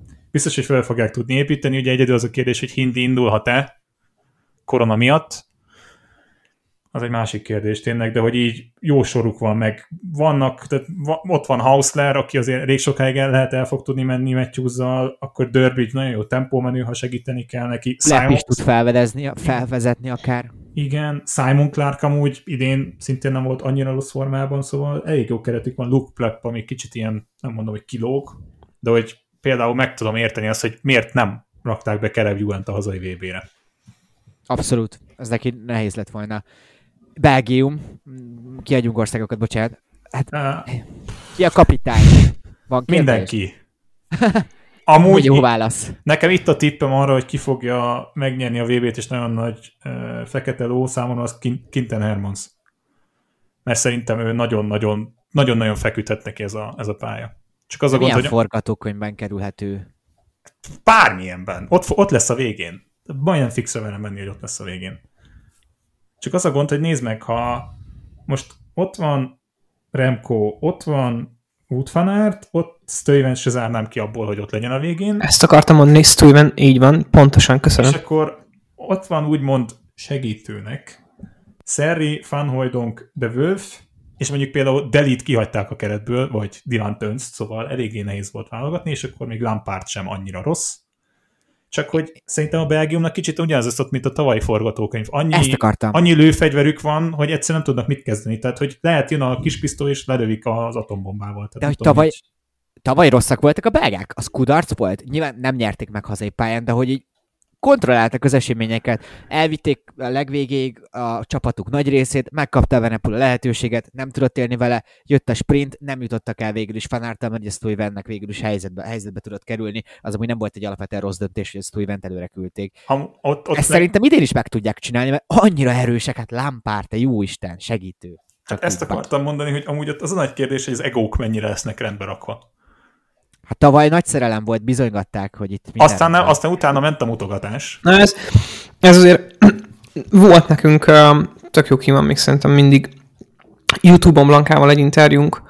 fel fogják tudni építeni. Ugye egyedül az a kérdés, hogy Hindi indulhat-e korona miatt. Az egy másik kérdés tényleg, de hogy így jó soruk van, meg vannak, tehát ott van Hausler, aki azért elég sokáig el fog tudni menni Matthews-zal, akkor Derby nagyon jó tempómenő, ha segíteni kell neki. Lep is tud felvezetni akár. Igen, Simon Clark amúgy idén szintén nem volt annyira rossz formában, szóval elég jó keretük van. Luke Plepp, ami kicsit ilyen, nem mondom, hogy kilóg, de hogy például meg tudom érteni azt, hogy miért nem rakták be Caleb Ewan a hazai VB-re. Abszolút, ez neki nehéz lett volna. Belgium, kiadjunk országokat, bocsánat. Hát, ki a kapitány? Van kérdés? Mindenki. Amúgy jó válasz. Nekem itt a tippem arra, hogy ki fogja megnyerni a VB-t, és nagyon nagy fekete ló számomra, az Quinten Hermans. Mert szerintem ő nagyon-nagyon feküdhet neki ez a pálya. Csak az a gond, milyen hogy forgatókönyvben kerülhető? Bármilyenben. Ott lesz a végén. Majdnem fixre velem menni, hogy ott lesz a végén. Csak az a gond, hogy nézd meg, ha most ott van Remco, ott van Wout van Aert, ott Stuyven se zárnám ki abból, hogy ott legyen a végén. Ezt akartam mondani, Stuyven, így van, pontosan, köszönöm. És akkor ott van úgymond segítőnek Serri, Van Hooijdonk, De Wolf, és mondjuk például Delit kihagyták a keretből, vagy Dylan Teuns, szóval eléggé nehéz volt válogatni, és akkor még Lampard sem annyira rossz. Csak hogy szerintem a Belgiumnak kicsit ugyanaz lesz ott, mint a tavalyi forgatókönyv. Annyi lőfegyverük van, hogy egyszerűen nem tudnak mit kezdeni. Tehát, hogy lehet jön a kispisztoly, és lerövik az atombombával. Tehát de hogy tavaly rosszak voltak a belgák? Az kudarc volt? Nyilván nem nyerték meg hazai pályán, de hogy így kontrolláltak az eseményeket, elvitték a legvégéig a csapatuk nagy részét, megkapta Evenepoel a lehetőséget, nem tudott élni vele, jött a sprint, nem jutottak el végül is Van Aerttel, mert a Stuyvennek végül is helyzetbe tudott kerülni, az amúgy nem volt egy alapvetően rossz döntés, hogy a Stuyvent előre küldték. Ezt szerintem idén is meg tudják csinálni, mert annyira erősek, hát Lampard, te jó Isten, segítő. Hát ezt akartam mondani, hogy amúgy ott az a nagy kérdés, hogy az egók mennyire lesznek rendbe rakva. Hát tavaly nagy szerelem volt, bizonygatták, hogy itt minden... Aztán utána ment a mutogatás. Na ez azért volt nekünk, tök jó ki van még szerintem mindig YouTube-on Blankával egy interjúnk,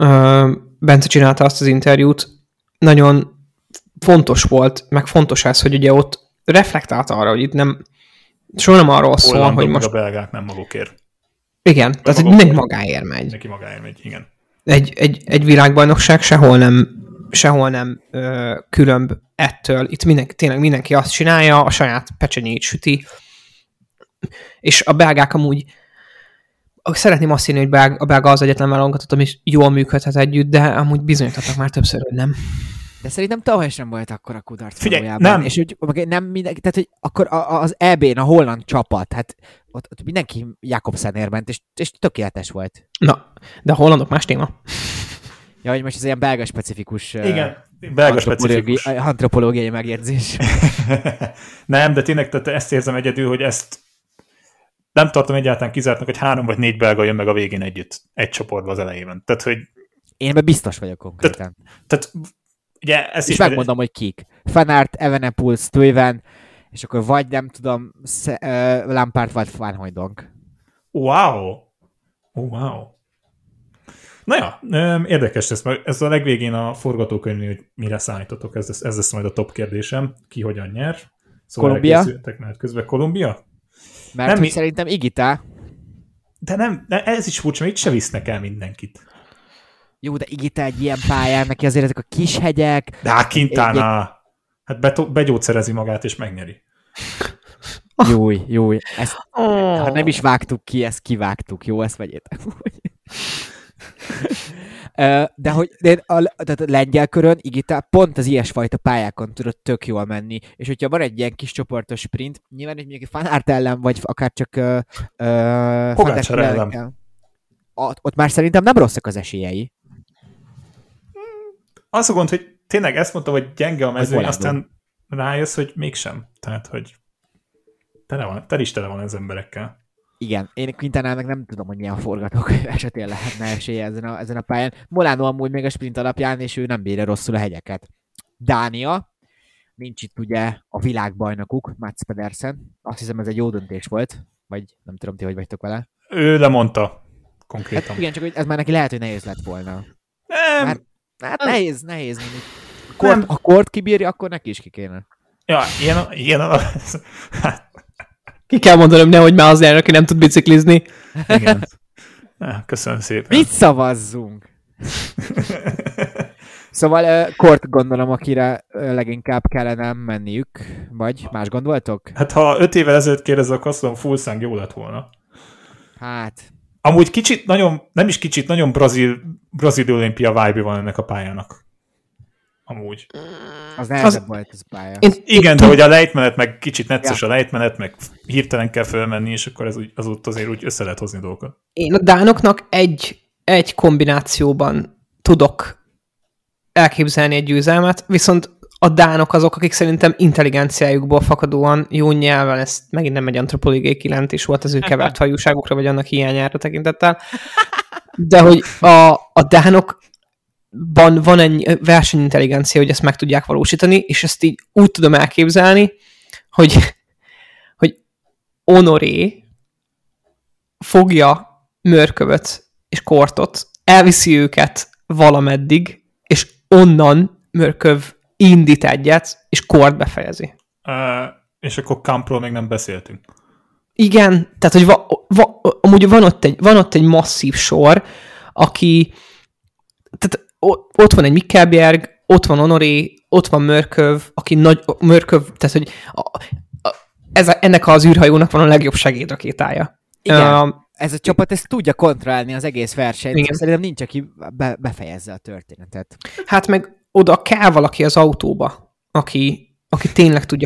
Bence csinálta azt az interjút, nagyon fontos volt, meg fontos ez, hogy ugye ott reflektált arra, hogy itt soha nem arról szól, hogy most... a belgák nem magukért. Igen, tehát hogy mindenki magáért megy. Neki magáért megy, igen. Egy világbajnokság sehol nem különb ettől. Itt tényleg mindenki azt csinálja, a saját pecsenyét süti. És a belgák amúgy, szeretném azt hinni, hogy a belga az egyetlen válogatott, ami jól működhet együtt, de amúgy bizonyítottak már többször, hogy nem. De szerintem tavaly sem volt akkor a kudarc. Figyelj, nem. És hogy nem mindenki, tehát hogy akkor az EB-n a holland csapat, hát ott mindenki Jakobsenért ment, és tökéletes volt. Na, de a hollandok más téma. Ja, hogy most ez ilyen belga specifikus... Igen, belga specifikus. Antropológiai megjegyzés. Nem, de tényleg tehát ezt érzem egyedül, hogy ezt nem tartom egyáltalán kizártnak, hogy 3 vagy 4 belga jön meg a végén együtt, egy csoportban az elejében. Tehát, hogy... Én ebben biztos vagyok konkrétan. Tehát ugye ezt és megmondom, hogy kik. Van Aert, Evenepoel, Stuyven, és akkor vagy nem tudom, Lampard vagy Van Hooijdonk. Wow! Na ja, érdekes lesz, mert ez a legvégén a forgatókönyvnél, hogy mire számítotok, ez lesz majd a top kérdésem, ki hogyan nyer. Szóval Kolumbia? Közben Kolumbia? Mert nem, szerintem Igita. De nem, ez is furcsa, mert itt se visznek el mindenkit. Jó, de Igita egy ilyen pályán, neki azért ezek a kis hegyek. De hát Quintana, hát begyógyszerezi magát és megnyeri. Jó. Ezt, ha nem is vágtuk ki, ezt kivágtuk. Jó, ezt vegyétek. De hogy tehát a lengyel körön Igita pont az ilyesfajta pályákon tudott tök jól menni, és hogyha van egy ilyen kis csoportos sprint, nyilván egy mondjuk Van Aert ellen, vagy akár csak Pogačar ellen. Ott már szerintem nem rosszak az esélyei. Az a gond, hogy tényleg ezt mondtam, hogy gyenge a mezőny, aztán rájössz, hogy mégsem. Tehát, hogy tele van az emberekkel. Igen, én Quintanának nem tudom, hogy milyen forgatókönyv esetén lehetne esélye ezen a pályán. Molano amúgy még a sprint alapján, és ő nem bírja rosszul a hegyeket. Dánia, nincs itt ugye a világbajnokuk, Mats Pedersen. Azt hiszem, ez egy jó döntés volt, vagy nem tudom, ti hogy vagytok vele. Ő lemondta konkrétan. Hát igen, csak ez már neki lehet, hogy nehéz lett volna. Nem. Hát nehéz. Ha Kort kibírja, akkor neki is ki kéne. Ja, ilyen Ki kell mondanom, nehogy már az aki nem tud biciklizni. Igen. Köszönöm szépen. Mit szavazzunk? Szóval Kort gondolom, akire leginkább kellene menniük, vagy más gondoltok? Hát ha 5 évvel ezelőtt kérdezve, akkor azt mondom, Fulszang jó lett volna. Hát... Amúgy kicsit, nagyon brazil olimpia vibe van ennek a pályának. Amúgy. Az nehezebb volt ez a pálya. Igen, de hogy a lejtmenet, meg kicsit necces a lejtmenet, meg hirtelen kell fölmenni, és akkor az ott azért úgy össze lehet hozni dolgokat. Én a dánoknak egy kombinációban tudok elképzelni egy győzelmet, viszont a dánok azok, akik szerintem intelligenciájukból fakadóan jó nyelven, ez megint nem egy antropológiai kijelentés volt az ő kevert hajúságukra, vagy annak hiányára tekintettel, de hogy a dánokban van egy versenyintelligencia, hogy ezt meg tudják valósítani, és ezt így úgy tudom elképzelni, hogy Honoré fogja Mörkövöt és Kortot, elviszi őket valameddig, és onnan Mörköv indít egyet, és Kort befejezi. És akkor Kampról még nem beszéltünk. Igen, tehát, hogy amúgy van ott egy masszív sor, aki tehát ott van egy Mikkelbjerg, ott van Honoré, ott van Mörköv, aki Mörköv, tehát, hogy ennek az űrhajónak van a legjobb segédrakétája. Igen. Ez a csapat ezt tudja kontrollálni az egész versenyt. Igen. Szerintem nincs, aki befejezze a történetet. Hát meg oda kell valaki az autóba, aki tényleg tudja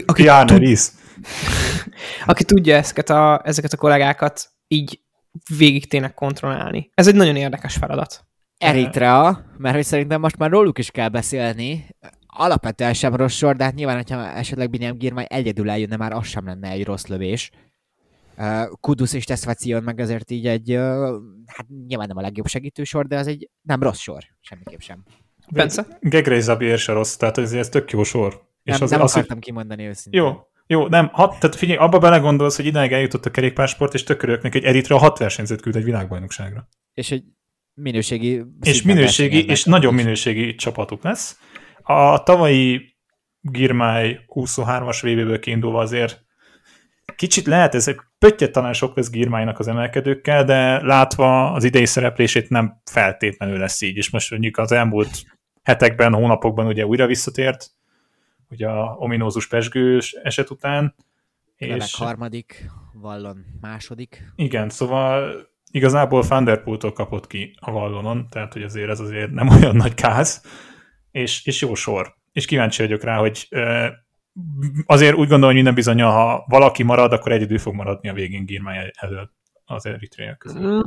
aki tudja ezeket a kollégákat így végig tényleg kontrollálni. Ez egy nagyon érdekes feladat. Eritrea, mert hogy szerintem most már róluk is kell beszélni. Alapvetően sem rossz sor, de hát nyilván, hogyha esetleg Binyam Girmay egyedül eljönne, már az sem lenne egy rossz lövés. Kudus és Tesfacion meg azért így egy, hát nyilván nem a legjobb segítősor, de az egy nem rossz sor, semmiképp sem. Bence? Gegrey Zabier se rossz, tehát ez tök jó sor. És nem akartam kimondani őszintén. Jó, nem, tehát figyelj, abba belegondolsz, hogy idáig eljutott a kerékpársport, és tök örülök neki, hogy Eritrea 6 versenyzőt küld egy világbajnokságra. És egy minőségi... És nagyon minőségi csapatuk lesz. A tavalyi Girmay 23-as VB-ből kiindulva azért kicsit lehet, ez egy pöttyet talán sok lesz Girmaynak az emelkedőkkel, de látva az idei szereplését nem feltétlenül lesz így, és most mondjuk az elmúlt hetekben, hónapokban ugye újra visszatért, ugye a ominózus pezsgős eset után. És harmadik, Vallon második. Igen, szóval igazából Van der Poel-tól kapott ki a Vallonon, tehát hogy azért ez azért nem olyan nagy káz, és jó sor. És kíváncsi vagyok rá, hogy azért úgy gondolom, hogy minden bizonnyal, ha valaki marad, akkor egyedül fog maradni a végén Girmay elől az Eritrea közül.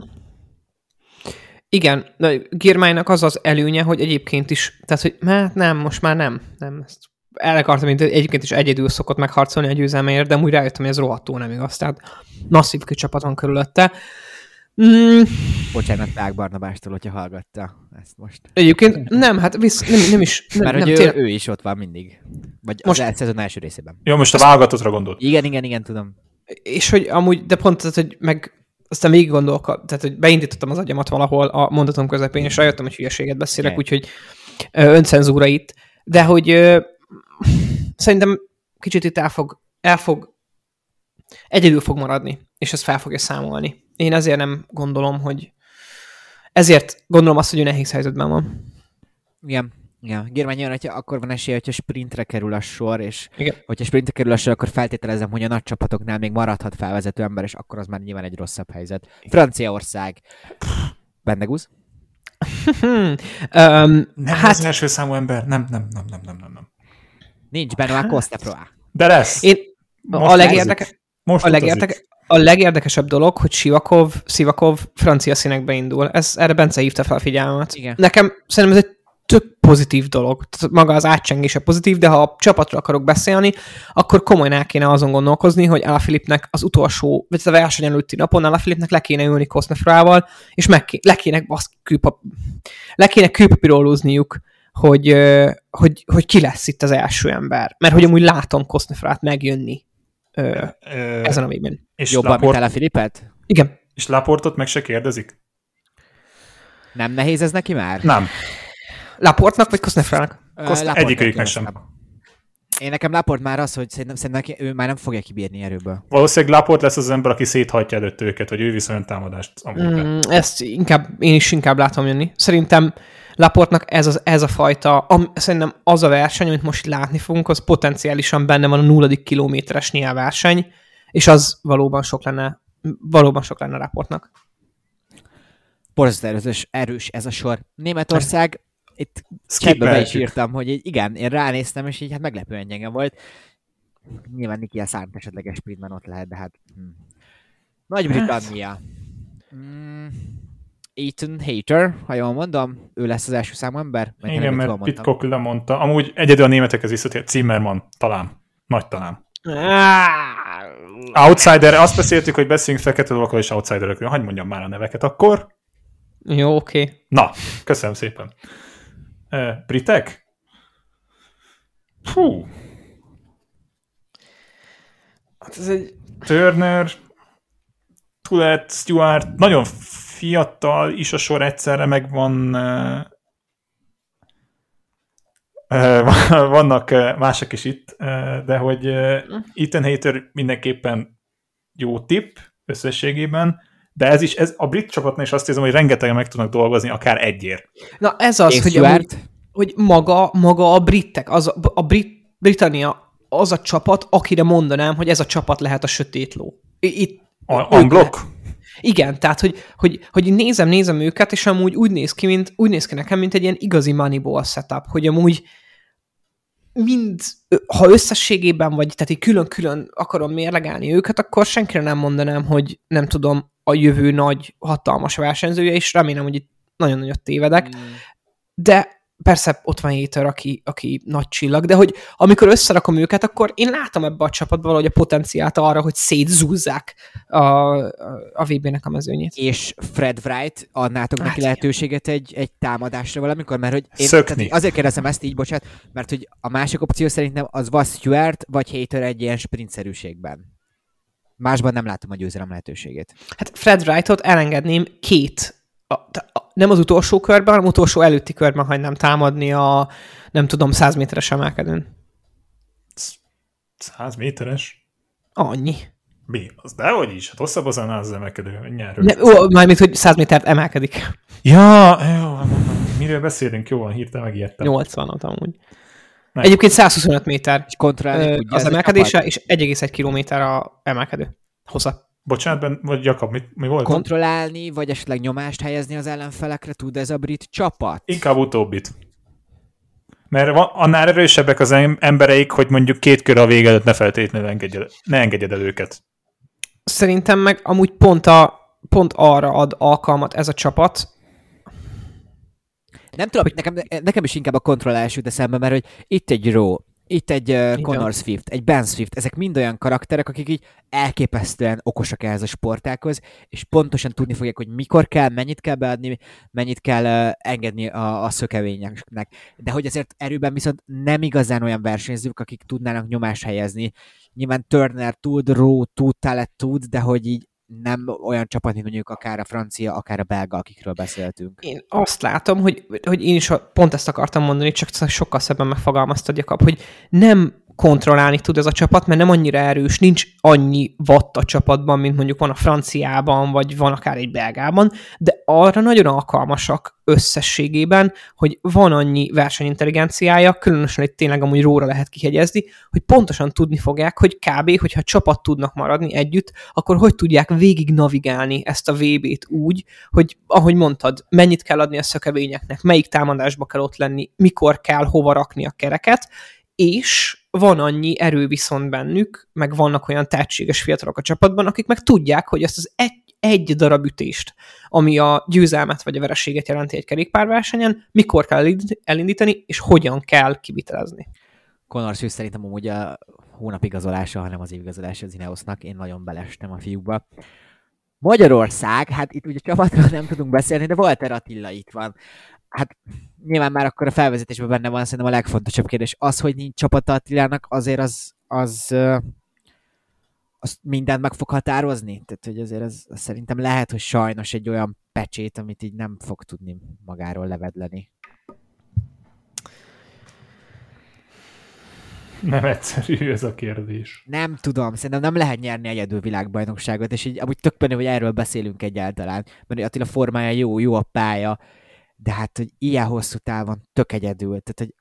Igen, Girmaynak az az előnye, hogy egyébként is, tehát hogy nem, most már nem. Ezt el akartam, mint egyébként is egyedül szokott megharcolni a győzelmeért, de úgy rájöttem, hogy ez rohadtul nem igaz, tehát masszív csapat van körülötte. Bocsánat Ták Barnabástól, hogyha hallgatta ezt most. Egyébként nem, hát nem is. Mert nem, hogy ő is ott van mindig. Vagy most az szezon első részében. Jó, most a válogatottra gondolt. Igen, tudom. És hogy amúgy, de pont, tehát, hogy meg aztán végig tehát, hogy beindítottam az agyamat valahol a mondatom közepén, és rájöttem, hogy hülyeséget beszélek, úgyhogy öncenzúra itt. De hogy szerintem kicsit itt egyedül fog maradni, és ezt fel fogja számolni. Én ezért nem gondolom, ezért gondolom azt, hogy ő nehéz helyzetben van. Igen. Girmay nyilván, hogyha akkor van esélye, hogyha sprintre kerül a sor, és igen. Hogyha sprintre kerül a sor, akkor feltételezem, hogy a nagy csapatoknál még maradhat felvezető ember, és akkor az már nyilván egy rosszabb helyzet. Franciaország. Bendegúz? Hát az első számú ember. Nem. Nincs Benoit Cosnefroy. De lesz. A legérdekesebb dolog, hogy Sivakov francia színekbe indul. Erre Bence hívta fel a figyelmet. Igen. Nekem szerintem ez egy tök pozitív dolog. Tehát maga az átcsengése pozitív, de ha a csapatról akarok beszélni, akkor komolyan el kéne azon gondolkozni, hogy Alaphilippnek az utolsó, vagy a verseny előtti napon Alaphilippnek le kéne ülni Cosnefroyval, és le kéne kőpapírolózniuk, hogy ki lesz itt az első ember. Mert hogy amúgy látom Cosnefroyt megjönni ezen a végben. Jobban, mint Alaphilippet? Igen. És Laportot meg se kérdezik? Nem nehéz ez neki már? Nem. Laportnak vagy Cosnefroynak? Egyikőjüknek sem. Én nekem Laport már az, hogy szerintem ő már nem fogja kibírni erőből. Valószínűleg Laport lesz az ember, aki széthajtja előtt őket, vagy ő viszont támadást. Ezt én is inkább látom jönni. Szerintem Laportnak ez a fajta, szerintem az a verseny, amit most látni fogunk, az potenciálisan benne van a 0. kilométeres nyilverseny, és az valóban sok lenne Laportnak. Borzasztó erős ez a sor. Németország, itt chatbe be is írtam, hogy igen, én ránéztem, és így hát meglepően gyenge volt. Nyilván Nikia Szánt esetleges sprintben ott lehet, de hát... Nagy-Britannia. Ethan Hayter, ha jól mondom, ő lesz az első számú ember. Igen, mert Pitcock lemondta. Amúgy egyedül a németekhez visszatért Zimmermann, talán. Nagy talán. Outsider, azt beszéltük, hogy beszéljünk fekete dolgokról és outsiderekről. Hadd mondjam már a neveket akkor. Jó, oké. Okay. Na, köszönöm szépen. Britek? Fú. Hát ez egy... Turner, Tullett, Stewart, nagyon fiatal is a sor egyszerre, meg vannak mások is itt, de hogy Ethan Hayter mindenképpen jó tipp összességében, de ez a brit csapatnál is azt érzem, hogy rengetegen meg tudnak dolgozni, akár egyért. Na ez az, hogy maga a britek, Britannia az a csapat, akire mondanám, hogy ez a csapat lehet a sötét ló. Unblock? Igen, tehát, hogy nézem őket, és amúgy úgy néz ki nekem, mint egy ilyen igazi Moneyball setup, hogy amúgy ha összességében vagy, tehát így külön-külön akarom mérlegelni őket, akkor senkire nem mondanám, hogy nem tudom, a jövő nagy, hatalmas versenyzője, és remélem, hogy itt nagyon nagyot tévedek, de persze ott van Hayter, aki nagy csillag, de hogy amikor összerakom őket, akkor én látom ebbe a csapatban valahogy a potenciált arra, hogy szétzúzzák a VB-nek a mezőnyét. És Fred Wright, adnátok neki lehetőséget egy támadásra valamikor? Mert hogy én azért kérdezem ezt így, bocsánat, mert hogy a másik opció szerintem az vagy Stewart, vagy Hayter egy ilyen sprintszerűségben. Másban nem látom a győzelem lehetőségét. Hát Fred Wrightot elengedném nem az utolsó körben, hanem utolsó előtti körben hagynám támadni a, nem tudom, 100 méteres emelkedőn. 100 méteres? Annyi. Mi? Az dehogy is, hát hosszabb az annál az emelkedő. Mármint, hogy 100 métert emelkedik. Ja, jó, miről beszélünk? Jó van, hirtelen megijedtem. 80-ot amúgy. Nem. Egyébként 125 méter az emelkedése, és 1,1 kilométer a emelkedő. Hossza. Bocsánat, vagy Jakab, mi volt? Kontrollálni, vagy esetleg nyomást helyezni az ellenfelekre tud ez a brit csapat? Inkább utóbbit. Mert annál erősebbek az embereik, hogy mondjuk 2 kör a vége előtt ne feltétlenül ne engedjed el őket. Szerintem meg amúgy pont arra ad alkalmat ez a csapat. Nem tudom, nekem is inkább a kontrollálás jut eszembe, mert hogy itt egy Rowe, itt egy Connor Swift, egy Ben Swift, ezek mind olyan karakterek, akik így elképesztően okosak ehhez a sportághoz, és pontosan tudni fogják, hogy mikor kell, mennyit kell beadni, mennyit kell engedni a szökevényeknek. De hogy azért erőben viszont nem igazán olyan versenyzők, akik tudnának nyomást helyezni. Nyilván Turner tud, Rowe tud, Tullett tud, de hogy így nem olyan csapat, mint mondjuk akár a francia, akár a belga, akikről beszéltünk. Én azt látom, hogy én is pont ezt akartam mondani, csak sokkal szebben megfogalmaztad, Jakab, hogy nem kontrollálni tud ez a csapat, mert nem annyira erős, nincs annyi watt a csapatban, mint mondjuk van a franciában, vagy van akár egy belgában, de arra nagyon alkalmasak összességében, hogy van annyi versenyintelligenciája, különösen itt tényleg amúgy Róra lehet kihegyezni, hogy pontosan tudni fogják, hogy kb. Hogyha csapat tudnak maradni együtt, akkor hogy tudják végig navigálni ezt a VB-t úgy, hogy ahogy mondtad, mennyit kell adni a szökevényeknek, melyik támadásba kell ott lenni, mikor kell hova rakni a kereket, és van annyi erő viszont bennük, meg vannak olyan tehetséges fiatalok a csapatban, akik meg tudják, hogy ezt az egy darab ütést, ami a győzelmet vagy a vereséget jelenti egy kerékpárversenyen, mikor kell elindítani, és hogyan kell kivitelezni. Connor Swift szerintem amúgy a hónap igazolása, hanem az év igazolása az Ineosnak. Én nagyon belestem a fiúkba. Magyarország, hát itt ugye csapatról nem tudunk beszélni, de Walter Attila itt van. Hát nyilván már akkor a felvezetésben benne van, szerintem a legfontosabb kérdés. Az, hogy nincs csapata Attilának, azért az mindent meg fog határozni? Tehát, hogy azért az szerintem lehet, hogy sajnos egy olyan pecsét, amit így nem fog tudni magáról levedleni. Nem egyszerű ez a kérdés. Nem tudom, szerintem nem lehet nyerni egyedül világbajnokságot, és így amúgy tök benne, hogy erről beszélünk egyáltalán, mert Attila formája jó a pálya, de hát, hogy ilyen hosszú távon tök egyedül, tehát, hogy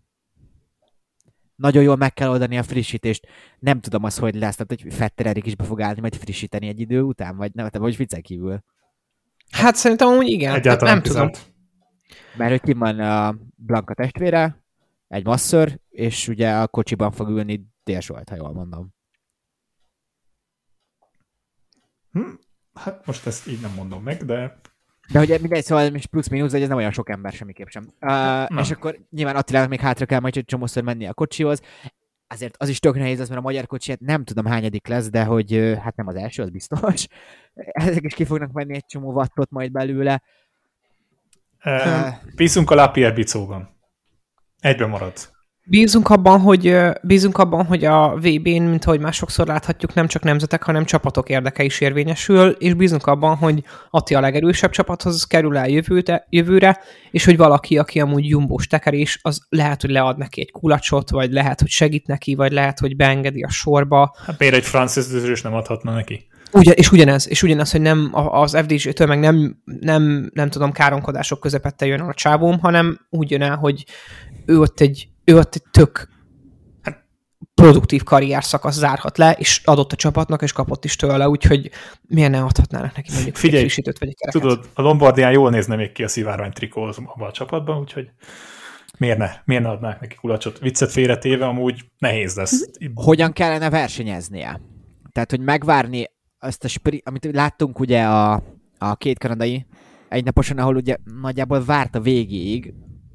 nagyon jól meg kell oldani a frissítést. Nem tudom az, hogy lesz, tehát, hogy Vetter Erik is be fog állni, majd frissíteni egy idő után, vagy nem, vagy viccen kívül. Hát szerintem úgy igen. Egyáltalán nem tudom. Mert hogy ki van a Blanka testvére, egy masször, és ugye a kocsiban fog ülni Dél Zsolt, ha jól mondom. Hát most ezt így nem mondom meg, de De hogy mindegy, szóval plusz-minusz, de ez nem olyan sok ember semmiképp sem. És akkor nyilván Attilának még hátra kell majd egy csomószor menni a kocsihoz. Azért az is tök nehéz lesz, mert a magyar kocsi, hát nem tudom hányadik lesz, de hogy hát nem az első, az biztos. Ezek is ki fognak menni egy csomó wattot majd belőle. Bízunk a Lapierre Bicóban. Egyben marad. Bízunk abban, hogy a VB-n, mint ahogy már sokszor láthatjuk, nem csak nemzetek, hanem csapatok érdeke is érvényesül, és bízunk abban, hogy Atti a legerősebb csapathoz kerül el jövőre, és hogy valaki, aki amúgy jumbós tekerés, az lehet, hogy lead neki egy kulacsot, vagy lehet, hogy segít neki, vagy lehet, hogy beengedi a sorba. Hát miért egy Francis Dözős nem adhatna neki? És ugyanez, hogy nem az FDG-től meg nem tudom, káromkodások közepette jön a csávóm, hanem úgy jön el, hogy ő ott egy tök produktív karrierszakasz zárhat le, és adott a csapatnak, és kapott is tőle, úgyhogy miért ne adhatnának neki mondjuk egy frissítőt vagy egy kereket? Tudod, a Lombardián jól nézne még ki a szivárvány trikó abban a csapatban, úgyhogy miért ne adnák neki kulacsot? Viccet félretéve amúgy nehéz lesz. Hogyan kellene versenyeznie? Tehát, hogy megvárni azt a amit láttunk ugye a két kanadai egynaposan, ahol ugye nagyjából várt a végéig,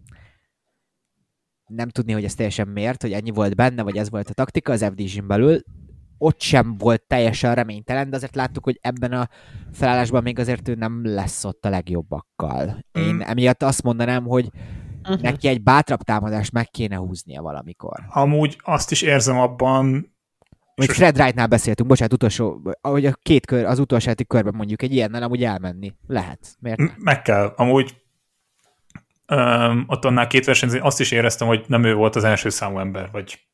nem tudni, hogy ez teljesen miért, hogy ennyi volt benne, vagy ez volt a taktika az FDG-n belül. Ott sem volt teljesen reménytelen, de azért láttuk, hogy ebben a felállásban még azért ő nem lesz ott a legjobbakkal. Én emiatt azt mondanám, hogy neki egy bátrabb támadást meg kéne húznia valamikor. Amúgy azt is érzem abban... Még Fred Wright-nál beszéltünk, bocsánat, ahogy a két kör, az utolsó körben mondjuk egy ilyennel amúgy elmenni. Lehet. Miért ne? Meg kell. Amúgy ott annál két versenyző, azt is éreztem, hogy nem ő volt az első számú ember, vagy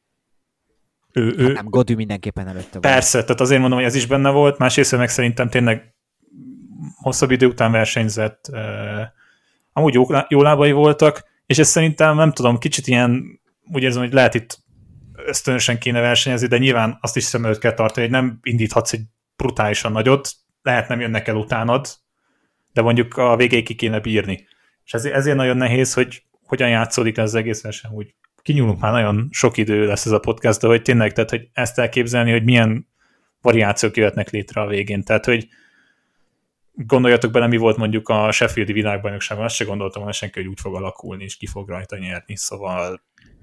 ő... Nem, Godű mindenképpen előtte volt. Persze, tehát azért mondom, hogy ez is benne volt, másrészt meg szerintem tényleg hosszabb idő után versenyzett, amúgy jó lábai voltak, és ez szerintem, nem tudom, kicsit ilyen, úgy érzem, hogy lehet itt ösztönösen kéne versenyezni, de nyilván azt is szem előtt kell tartani, hogy nem indíthatsz egy brutálisan nagyot, lehet nem jönnek el utánad, de mondjuk a végéig ki kéne bírni. És ezért nagyon nehéz, hogy hogyan játszódik ez az egész verseny. Úgy kinyúlunk már, nagyon sok idő lesz ez a podcast, de hogy tényleg, tehát, hogy ezt elképzelni, hogy milyen variációk jöhetnek létre a végén. Tehát, hogy gondoljatok bele, mi volt mondjuk a Sheffieldi világbajnokságban, azt se gondoltam volna senki, hogy úgy fog alakulni, és ki fog rajta nyerni. Szóval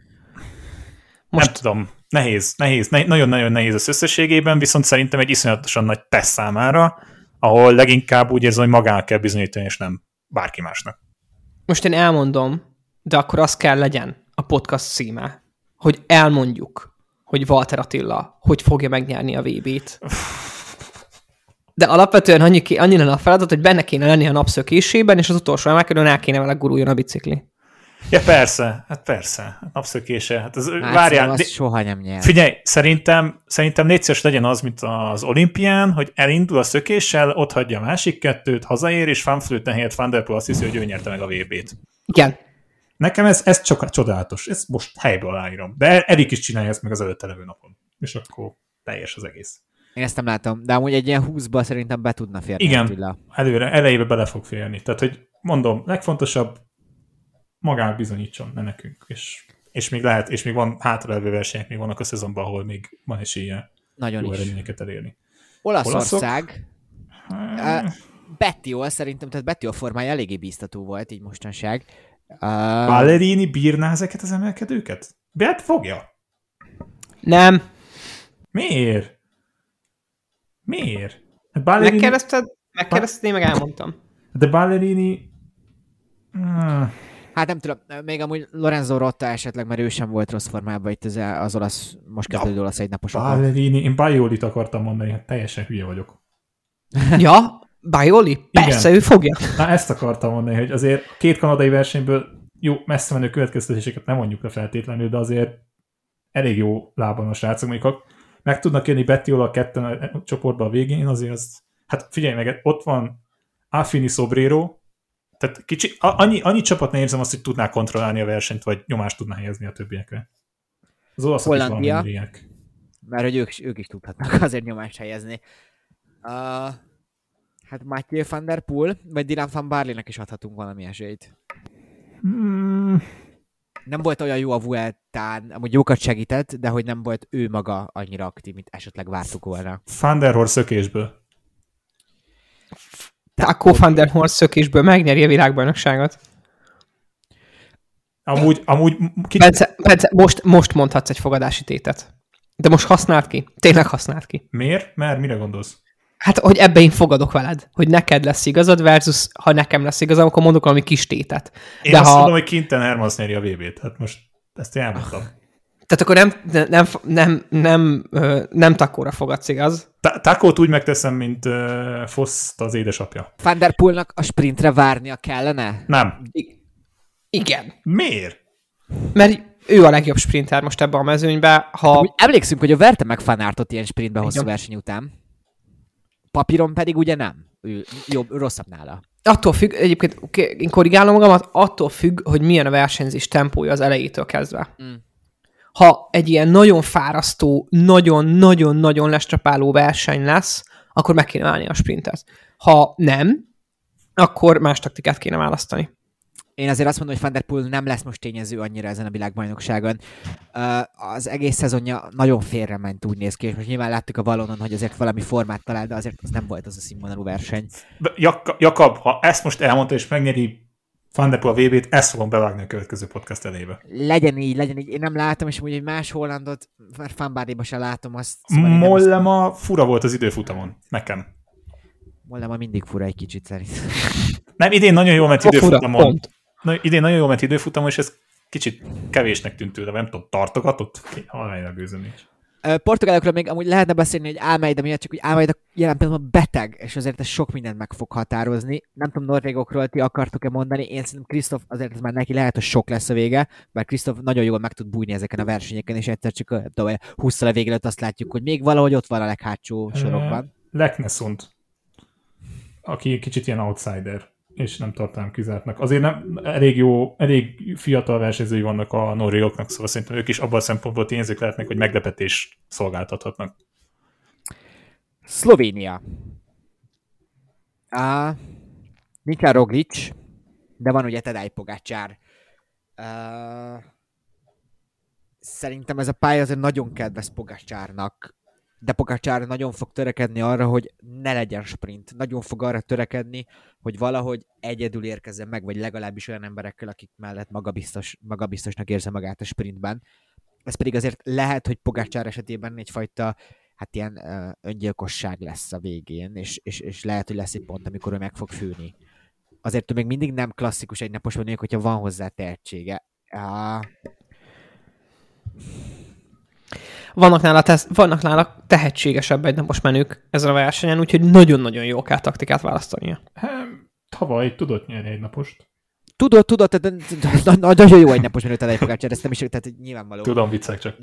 most... nem tudom, nehéz, nagyon-nagyon nehéz az összességében, viszont szerintem egy iszonyatosan nagy teszt számára, ahol leginkább úgy érzem, hogy magának kell bizonyítani, és nem bárki másnak. Most én elmondom, de akkor az kell legyen a podcast címe, hogy elmondjuk, hogy Walter Attila hogy fogja megnyerni a VB-t. De alapvetően annyi lenne a feladat, hogy benne kéne lenni a napszökésében, és az utolsó emelkedőn el kéne vele guruljon a bicikli. Ja persze, napszökése. Hát várjál, soha nem nyer. Figyelj, szerintem légy szíves legyen az, mint az olimpián, hogy elindul a szökéssel, ott hagyja a másik kettőt, hazaér, és Van Vleuten helyett Van der Poel azt hiszi, hogy ő nyerte meg a VB-t. Igen. Nekem ez csak csodálatos. Ezt most helyből aláírom. De Erik is csinálja ezt meg az előtte levő napon. És akkor teljes az egész. Én ezt nem látom, de amúgy egy ilyen 20-ba szerintem be tudna férni. Igen, elejébe bele fog férni. Tehát, hogy mondom, legfontosabb magának bizonyítson, ne nekünk. És még lehet, és még van hátralevő versenyek, még vannak a szezonban, ahol még van esélye jó eredményeket elérni. Olaszország. Bettiol szerintem, tehát Bettiol formája eléggé bíztató volt így mostanság. Ballerini bírná ezeket az emelkedőket? Bet fogja? Nem. Miért? Megkérdezted, én meg elmondtam. De Ballerini... Hát nem tudom, még amúgy Lorenzo Rotta esetleg, mert ő sem volt rossz formában itt az olasz, most kezdődő olasz egynaposokon. Ballerini, én Baiolit akartam mondani, hát teljesen hülye vagyok. Ja? Baioli? Persze, igen. Ő fogja. Na, ezt akartam mondani, hogy azért két kanadai versenyből jó, messze menő következtetéseket nem mondjuk le feltétlenül, de azért elég jó lábon a srácok, mondjuk meg tudnak jönni Bettiol a ketten a csoportban a végén, azért az, hát figyelj meg, ott van Affini Sobrero, tehát kicsi, annyi csapat ne érzem azt, hogy tudná kontrollálni a versenyt, vagy nyomást tudná helyezni a többiekre. Az olaszok is valamilyenek. Mert hogy ők is tudhatnak azért nyomást helyezni. Hát Mathieu van der Poel, vagy Dylan van Barleynek is adhatunk valami esélyt. Nem volt olyan jó a Vueltán, amúgy jókat segített, de hogy nem volt ő maga annyira aktív, mint esetleg vártuk volna. Van der Horst szökésből. Taco van der Horst szökésből megnyeri a világbajnokságot. Amúgy Bence, most mondhatsz egy fogadási tétet. De most használd ki. Tényleg használd ki. miért? Mert mire gondolsz? Hát, hogy ebbe én fogadok veled. Hogy neked lesz igazad versus ha nekem lesz igazam, akkor mondok valami kis tétet. Én azt mondom, hogy Quinten Hermans nyeri a VB-t. Hát most ezt én elmondtam. Tehát akkor nem Takóra fogadsz, igaz? Takót úgy megteszem, mint Foszt az édesapja. Van der Poelnak a sprintre várnia kellene? Nem. Igen. Miért? Mert ő a legjobb sprinter most ebben a mezőnyben. Úgy emlékszünk, hogy ő verte meg Van Aertot ilyen sprintbe hosszú verseny után. Papíron pedig ugye nem. Ő rosszabb nála. Attól függ, egyébként én korrigálom magamat, attól függ, hogy milyen a versenyzés tempója az elejétől kezdve. Ha egy ilyen nagyon fárasztó, nagyon-nagyon-nagyon lestrapáló verseny lesz, akkor meg kéne állni a sprintet. Ha nem, akkor más taktikát kéne választani. Én azért azt mondom, hogy Van der Poel nem lesz most tényező annyira ezen a világbajnokságon. Az egész szezonja nagyon félrement, úgy néz ki, és most nyilván láttuk a Vallonon, hogy azért valami formát talál, de azért az nem volt az a színvonalú verseny. Jakab, ha ezt most elmondta, és megnyeri Van der Poel a VB-t, ezt fogom bevágni a következő podcast elébe. Legyen így. Én nem látom, és úgy egy más Hollandot, már Van Baarle-ba sem látom azt. Szóval Mollema fura volt az időfutamon, nekem. Mollema mindig fura egy kicsit szerint. Nem, idén nagyon jól ment időfutamon. Pont. Idén nagyon jól ment időfutamon, és ez kicsit kevésnek tűnt tőle, nem tudom, tartogatott? Haláljára gőzöm nincs. Portugálokról még amúgy lehetne beszélni, hogy Almeida miatt, csak hogy Almeida jelen pillanatban beteg, és azért ez sok mindent meg fog határozni. Nem tudom, norvégokról ti akartok-e mondani, én szerintem Krisztof azért ez már neki lehet, hogy sok lesz a vége, bár Krisztof nagyon jól meg tud bújni ezeken a versenyeken, és egyszer csak 20-szal a végén azt látjuk, hogy még valahogy ott van a leghátsó sorokban. Leknessund, aki kicsit ilyen outsider, és nem tartanám kizártnak. Azért nem elég fiatal versenyzői vannak a norvégoknak, szóval szerintem ők is abban a szempontból tényezők lehetnek, hogy meglepetés szolgáltathatnak. Szlovénia. Nincsen Roglic, de van ugye Tadej Pogačar. Szerintem ez a pálya azért nagyon kedves Pogačarnak, de Pogačar nagyon fog törekedni arra, hogy ne legyen sprint. Nagyon fog arra törekedni, hogy valahogy egyedül érkezzen meg, vagy legalábbis olyan emberekkel, akik mellett magabiztosnak érzi magát a sprintben. Ez pedig azért lehet, hogy Pogačar esetében egyfajta ilyen öngyilkosság lesz a végén, és lehet, hogy lesz egy pont, amikor ő meg fog főni. Azért ő még mindig nem klasszikus egynapos menők, hogyha van hozzá tehetsége. Vannak nála tehetségesebb egynapos menők ezen a versenyen, úgyhogy nagyon-nagyon jó kell taktikát választania. Tavaly tudott nyerni egy napost. Tudod, nagyon jó egynapos menő Tadej Pogačar, ezt nem is, tehát nyilvánvaló. Tudom, viccek csak.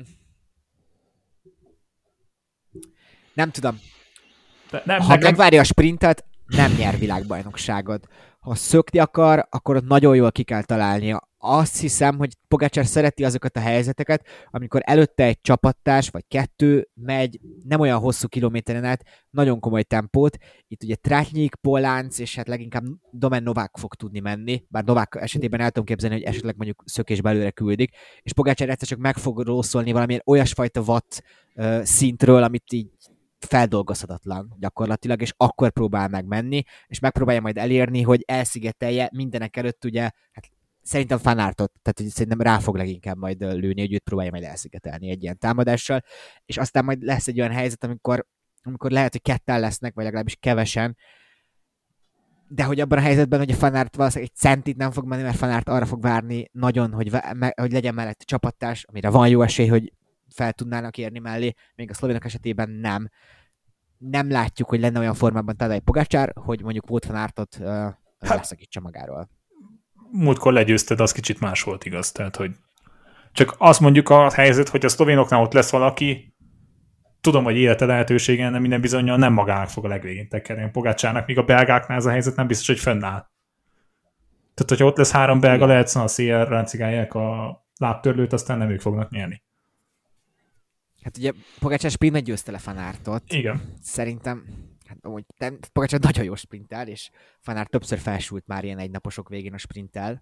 Nem tudom. Ha megvárja a sprintet, nem nyer világbajnokságot. Ha szökni akar, akkor ott nagyon jól ki kell találnia. Azt hiszem, hogy Pogačar szereti azokat a helyzeteket, amikor előtte egy csapattárs, vagy kettő megy, nem olyan hosszú kilométeren át, nagyon komoly tempót. Itt ugye Tratnyik, Polánc, és hát leginkább Domen Novák fog tudni menni, bár Novák esetében el tudom képzelni, hogy esetleg mondjuk szökés belőle küldik, és Pogačar egyszer csak meg fog rosszolni valamilyen olyasfajta watt szintről, amit így feldolgozhatatlan gyakorlatilag, és akkor próbál megmenni, és megpróbálja majd elérni, hogy elszigetelje mindenek előtt ugye, hát szerintem Van Aertot, tehát hogy szerintem rá fog leginkább majd lőni, hogy őt próbálja majd elszigetelni egy ilyen támadással, és aztán majd lesz egy olyan helyzet, amikor lehet, hogy ketten lesznek, vagy legalábbis kevesen, de hogy abban a helyzetben, hogy a Van Aert valószínűleg egy centit nem fog menni, mert Van Aert arra fog várni nagyon, hogy legyen mellett csapattárs, amire van jó esély, hogy fel tudnának érni mellé, még a szlovénok esetében nem. Nem látjuk, hogy lenne olyan formában Tadej Pogačar, hogy mondjuk Wout van Aertot leszakítsa magáról. Múltkor legyőzted, az kicsit más volt, igaz. Tehát, hogy csak azt mondjuk a helyzet, hogy a szlovénoknál ott lesz valaki, tudom, hogy élete lehetősége, de minden bizonnyal nem magának fog a legvégén tekerni Pogačarnak, míg a belgáknál ez a helyzet nem biztos, hogy fennáll. Tehát, hogyha ott lesz 3 belga, lehet a széjjel ráncigálják a lábtörlőt, aztán nem ők fognak nyerni. Hát ugye Pogačar sprintben győzte le Van Aertot. Igen. Szerintem Pogačar nagyon jó sprintel, és Van Aert többször felsült már ilyen egynaposok végén a sprinttel.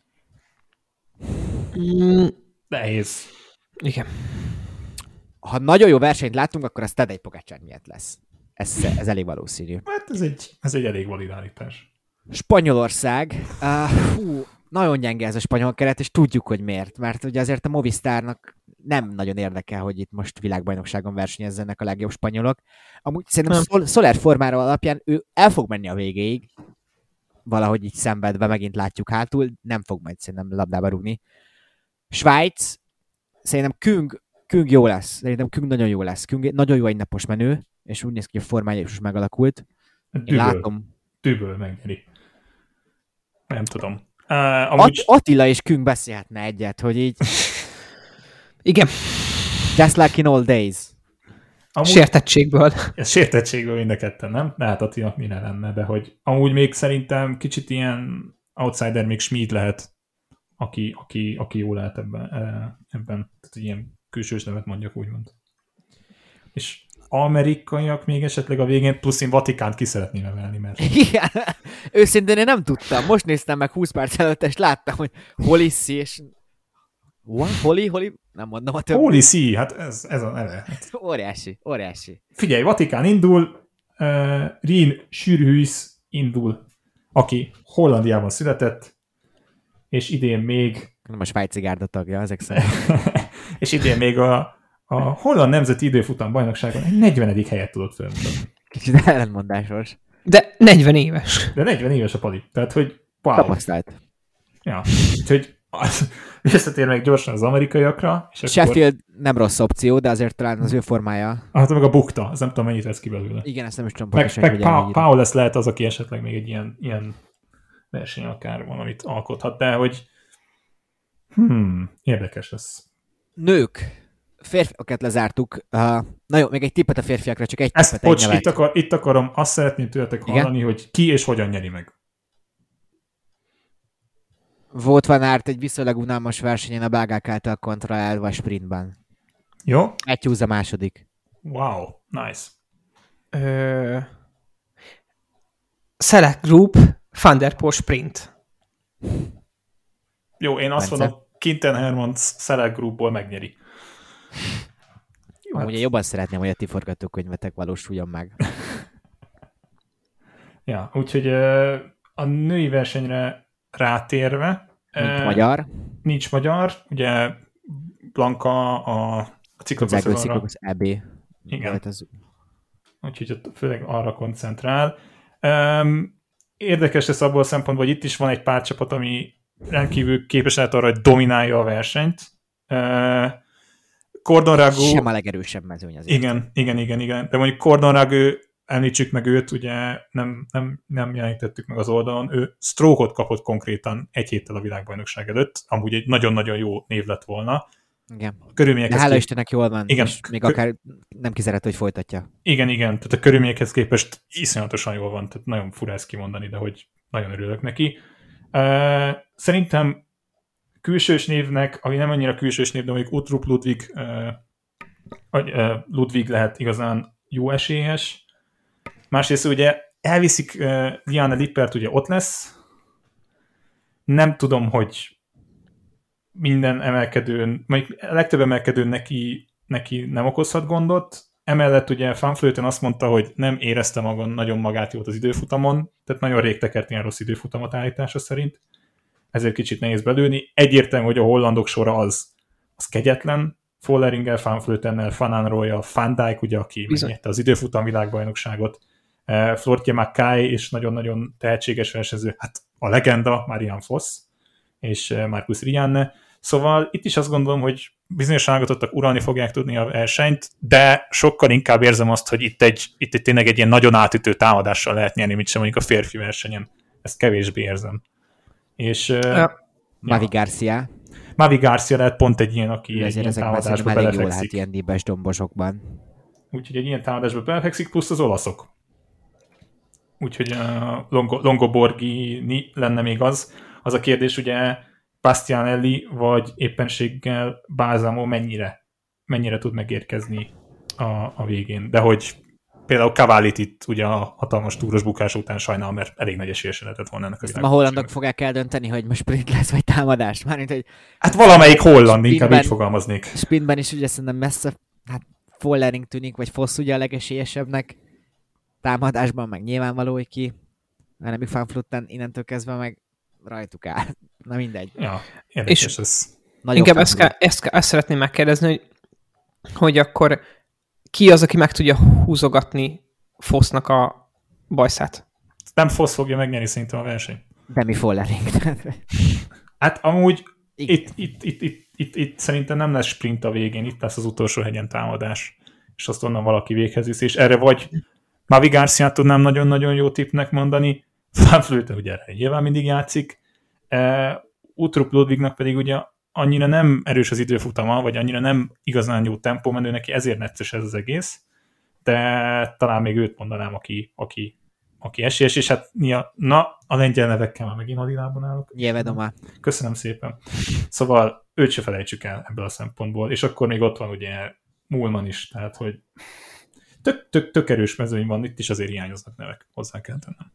Nehéz. Igen. Ha nagyon jó versenyt látunk, akkor az Tadej Pogačar miatt lesz. Ez elég valószínű. Hát ez egy elég valid állítás. Spanyolország. Nagyon gyenge ez a spanyol keret, és tudjuk, hogy miért. Mert ugye azért a Movistarnak nem nagyon érdekel, hogy itt most világbajnokságon versenyezzenek a legjobb spanyolok. Amúgy szerintem Soler formára alapján ő el fog menni a végéig. Valahogy így szenvedve megint látjuk hátul. Nem fog majd szerintem labdába rúgni. Svájc. Szerintem Küng jó lesz. Szerintem Küng nagyon jó lesz. Küng nagyon jó egynapos menő, és úgy néz ki, a formája is megalakult. Én látom. Düböl megnyeri. Nem tudom. Attila és Küng beszélhetne egyet, hogy így... Igen. Just like in old days. Sértettségből. Ez sértettségből mind a ketten, nem? De hát Attila mire lenne, de hogy amúgy még szerintem kicsit ilyen outsider még Schmid lehet, aki jó lehet ebben. Tehát ilyen külsős nevet mondjak, úgymond. És amerikaiak még esetleg a végén, plusz én Vatikánt ki szeretném emelni, mert... Igen, őszintén én nem tudtam. Most néztem meg 20 perc előtt, és láttam, hogy Holiszi, és... Holi? Nem mondom a többit. Holiszi, hát ez a neve. Óriási. Figyelj, Vatikán indul, Rien Schürhuis indul, aki Hollandiában született, és idén még... Nem a svájci gárda tagja, ezek szerint. És idén még a holland nemzeti időfutam bajnokságon egy 40. helyet tudott fölmutatni. Kicsit ellentmondásos. De 40 éves. De 40 éves a Pali. Tehát, hogy wow. Tapasztalt. Ja, úgyhogy visszatér meg gyorsan az amerikaiakra. És Sheffield akkor... nem rossz opció, de azért talán az ő formája. Hát meg a bukta, az nem tudom mennyit vesz ki belőle. Igen, ezt nem is tudom pontosan. Meg Paul lesz lehet az, aki esetleg még egy ilyen verseny akár valamit alkothat, de hogy érdekes lesz. Nők. Férfiakat lezártuk. Na jó, még egy tippet a férfiakra, csak egy tippet, egy nevet. Itt akarom, azt szeretném tőletek hallani, hogy ki és hogyan nyeri meg. Wout van Aert egy viszonylag unalmas versenyen a belgák által kontrollálva sprintben. Jó. Matthews a második. Wow, nice. Select Group, Van der Poel sprint. Jó, én azt mondom, Quinten Hermans Select Groupból megnyeri. Jó, ugye jobban szeretném, hogy a ti forgatókönyvetek valósuljon meg. Ja, úgyhogy a női versenyre rátérve... Nincs magyar. Ugye Blanka a ciklokrossz EB. Igen. Úgyhogy főleg arra koncentrál. Érdekes lesz abból a szempontból, hogy itt is van egy pár csapat, ami rendkívül képes lehet arra, hogy dominálja a versenyt. Cordon Rago... Sem a legerősebb mezőny azért. Igen. De mondjuk Cordon Rago, említsük meg őt, ugye nem jelentettük meg az oldalon, ő stroke-ot kapott konkrétan egy héttel a világbajnokság előtt, amúgy egy nagyon-nagyon jó név lett volna. Igen. De hála Istennek jól van, igen. És még akár nem kizárt, hogy folytatja. Igen, tehát a körülményekhez képest iszonyatosan jól van, tehát nagyon fura ezt kimondani, de hogy nagyon örülök neki. Szerintem külsős névnek, ami nem annyira külsős név, de mondjuk Uttrup Ludwig lehet igazán jó esélyes. Másrészt ugye elviszik Liane Lippert, ugye ott lesz. Nem tudom, hogy minden emelkedőn, mondjuk a legtöbb emelkedőn neki nem okozhat gondot. Emellett ugye Van Vleuten azt mondta, hogy nem érezte nagyon magát jót az időfutamon, tehát nagyon rég tekert ilyen rossz időfutamot állítása szerint. Ezért kicsit nehéz belőni. Egyértelmű, hogy a hollandok sora az kegyetlen. Folleringgel, Van Vleutennel, Van Anrooyjal, Van Dijk, ugye, aki megnyerte az időfutam világbajnokságot, Floortje Mackay és nagyon-nagyon tehetséges versenyző, hát a legenda, Marianne Vos és Marcus Rianne. Szóval itt is azt gondolom, hogy bizonyos válogatottak uralni fogják tudni a versenyt, de sokkal inkább érzem azt, hogy itt tényleg egy ilyen nagyon átütő támadással lehet nyerni, mint sem mondjuk a férfi versenyen. Ezt kevésbé érzem. És Mavi Garcia. Mavi Garcia lehet pont egy ilyen, aki egy ilyen támadásba belefekszik. Jól hát ilyen díbes dombosokban. Úgyhogy egy ilyen támadásba belefekszik, plusz az olaszok. Úgyhogy Longo Borghini lenne még az a kérdés, ugye Bastianelli vagy éppenséggel Balsamo mennyire tud megérkezni a végén. De hogy például Cavallit itt ugye a hatalmas túros bukás után sajnál, mert elég nagy esélyese lehetett volna ennek a világban. A hollandok fogják eldönteni, hogy most sprint lesz, vagy támadás. Mármint, hogy hát valamelyik holland, inkább így fogalmaznék. Sprintben is ugye szerintem messze, hát Follering tűnik, vagy Foss ugye a legesélyesebbnek. támadásban meg nyilvánvaló, hogy ki. Nem Van Vleuten innentől kezdve meg rajtuk áll. Na mindegy. Ja, érdekes ez. Inkább ezt szeretném megkérdezni, hogy akkor ki az, aki meg tudja húzogatni Fossnak a bajszát? Nem Foss fogja megnyerni szerintem a versenyt. Demi Follering. Hát amúgy itt szerintem nem lesz sprint a végén, itt lesz az utolsó hegyen támadás, és azt onnan valaki véghez visz, és erre vagy Mavi Garciát tudnám nagyon-nagyon jó tippnek mondani, Van Vleuten ugye erre nyilván mindig játszik, Uttrup Ludwignak pedig ugye annyira nem erős az időfutama, vagy annyira nem igazán jó tempómenő neki, ezért necces ez az egész, de talán még őt mondanám, aki esélyes, és hát a lengyel nevekkel már megint hadilában állok. Nyilván. Köszönöm szépen. Szóval őt se felejtsük el ebből a szempontból, és akkor még ott van ugye Múlman is, tehát hogy tök erős mezőny van, itt is azért hiányoznak nevek, hozzá kell tennem.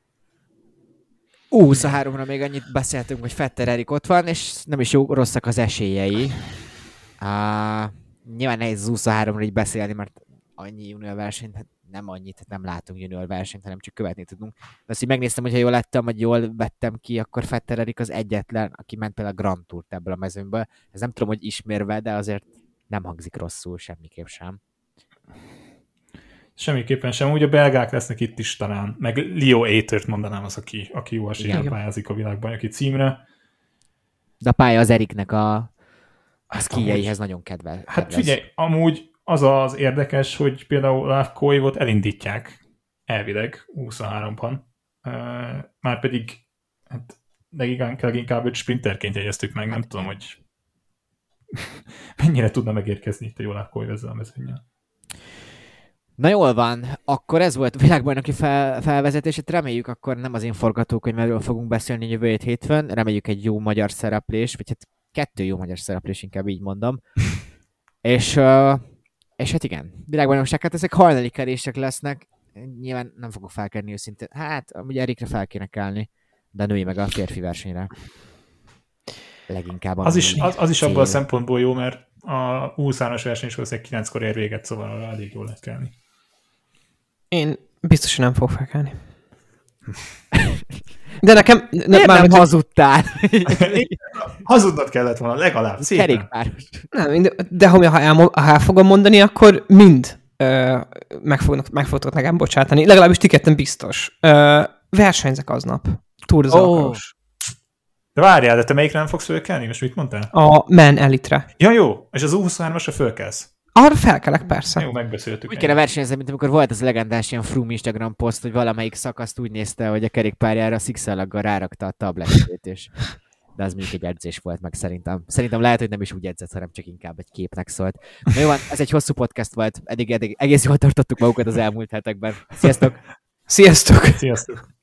23-ra még annyit beszéltünk, hogy Vetter Erik ott van, és nem is jó, rosszak az esélyei. Nyilván nehéz az 23-ra így beszélni, mert annyi junior versenyt, hát nem annyit, hát nem látunk junior versenyt, hanem csak követni tudunk. De azt így megnéztem, hogyha jól lettem, vagy jól vettem ki, akkor Vetter Erik az egyetlen, aki ment például a Grand Tourt ebből a mezőnyből. Ez nem tudom, hogy ismérve, de azért nem hangzik rosszul, semmiképp sem. Semmiképpen sem. Úgy a belgák lesznek itt is talán. Meg Leo Aytert mondanám az, aki jó eséllyel pályázik a világbajnoki címre. De a pálya az Eriknek a szkíjeihez nagyon kedvel. Hát figyelj, amúgy az az érdekes, hogy például Lávkóivot elindítják elvileg 23-ban. Márpedig hát leginkább őt sprinterként jegyeztük meg, nem tudom, hogy mennyire tudna megérkezni itt a jó Lávkóiv ezzel a mezőnnyel. Na jól van, akkor ez volt a világbajnoki felvezetését. Reméljük akkor nem az én forgatókönyvről fogunk beszélni jövő hétfőn, reméljük egy jó magyar szereplés, vagy hát 2 jó magyar szereplés, inkább így mondom. És hát igen, világbajnokság, hát ezek hajnali kerések lesznek, nyilván nem fogok felkelni őszintén. Hát, ugye Erikre fel kéne kelni, de a női meg a férfi versenyre. Leginkább az is abban a szempontból jó, mert a 20-as verseny is valószínűleg 9-kor ér véget, szóval arra elég jól lehet kelni. Én biztos, hogy nem fog felkelni. De nekem... nem hazudtál? Hazudnod kellett volna, legalább. Kerékpáros. Nem, de ha el fogom mondani, akkor mind meg fogtok nekem bocsátani. Legalábbis ti ketten biztos. Versenyzek aznap. Tour de Zalakaros. De várjál, de te melyikre nem fogsz fölkelni? Most mit mondtál? A Men Elite-re. Ja, jó. És az U23-asra fölkelsz? Arra felkelek, persze. Jó, megbeszéltük. Úgy kéne versenyezni, mint amikor volt az a legendás ilyen Froome Instagram poszt, hogy valamelyik szakaszt úgy nézte, hogy a kerékpárjára szikszalaggal rárakta a tabletét, és de az mondjuk egy edzés volt meg szerintem. Szerintem lehet, hogy nem is úgy edzett, hanem csak inkább egy képnek szólt. Na jó van, ez egy hosszú podcast volt, eddig egész jól tartottuk magukat az elmúlt hetekben. Sziasztok! Sziasztok! Sziasztok!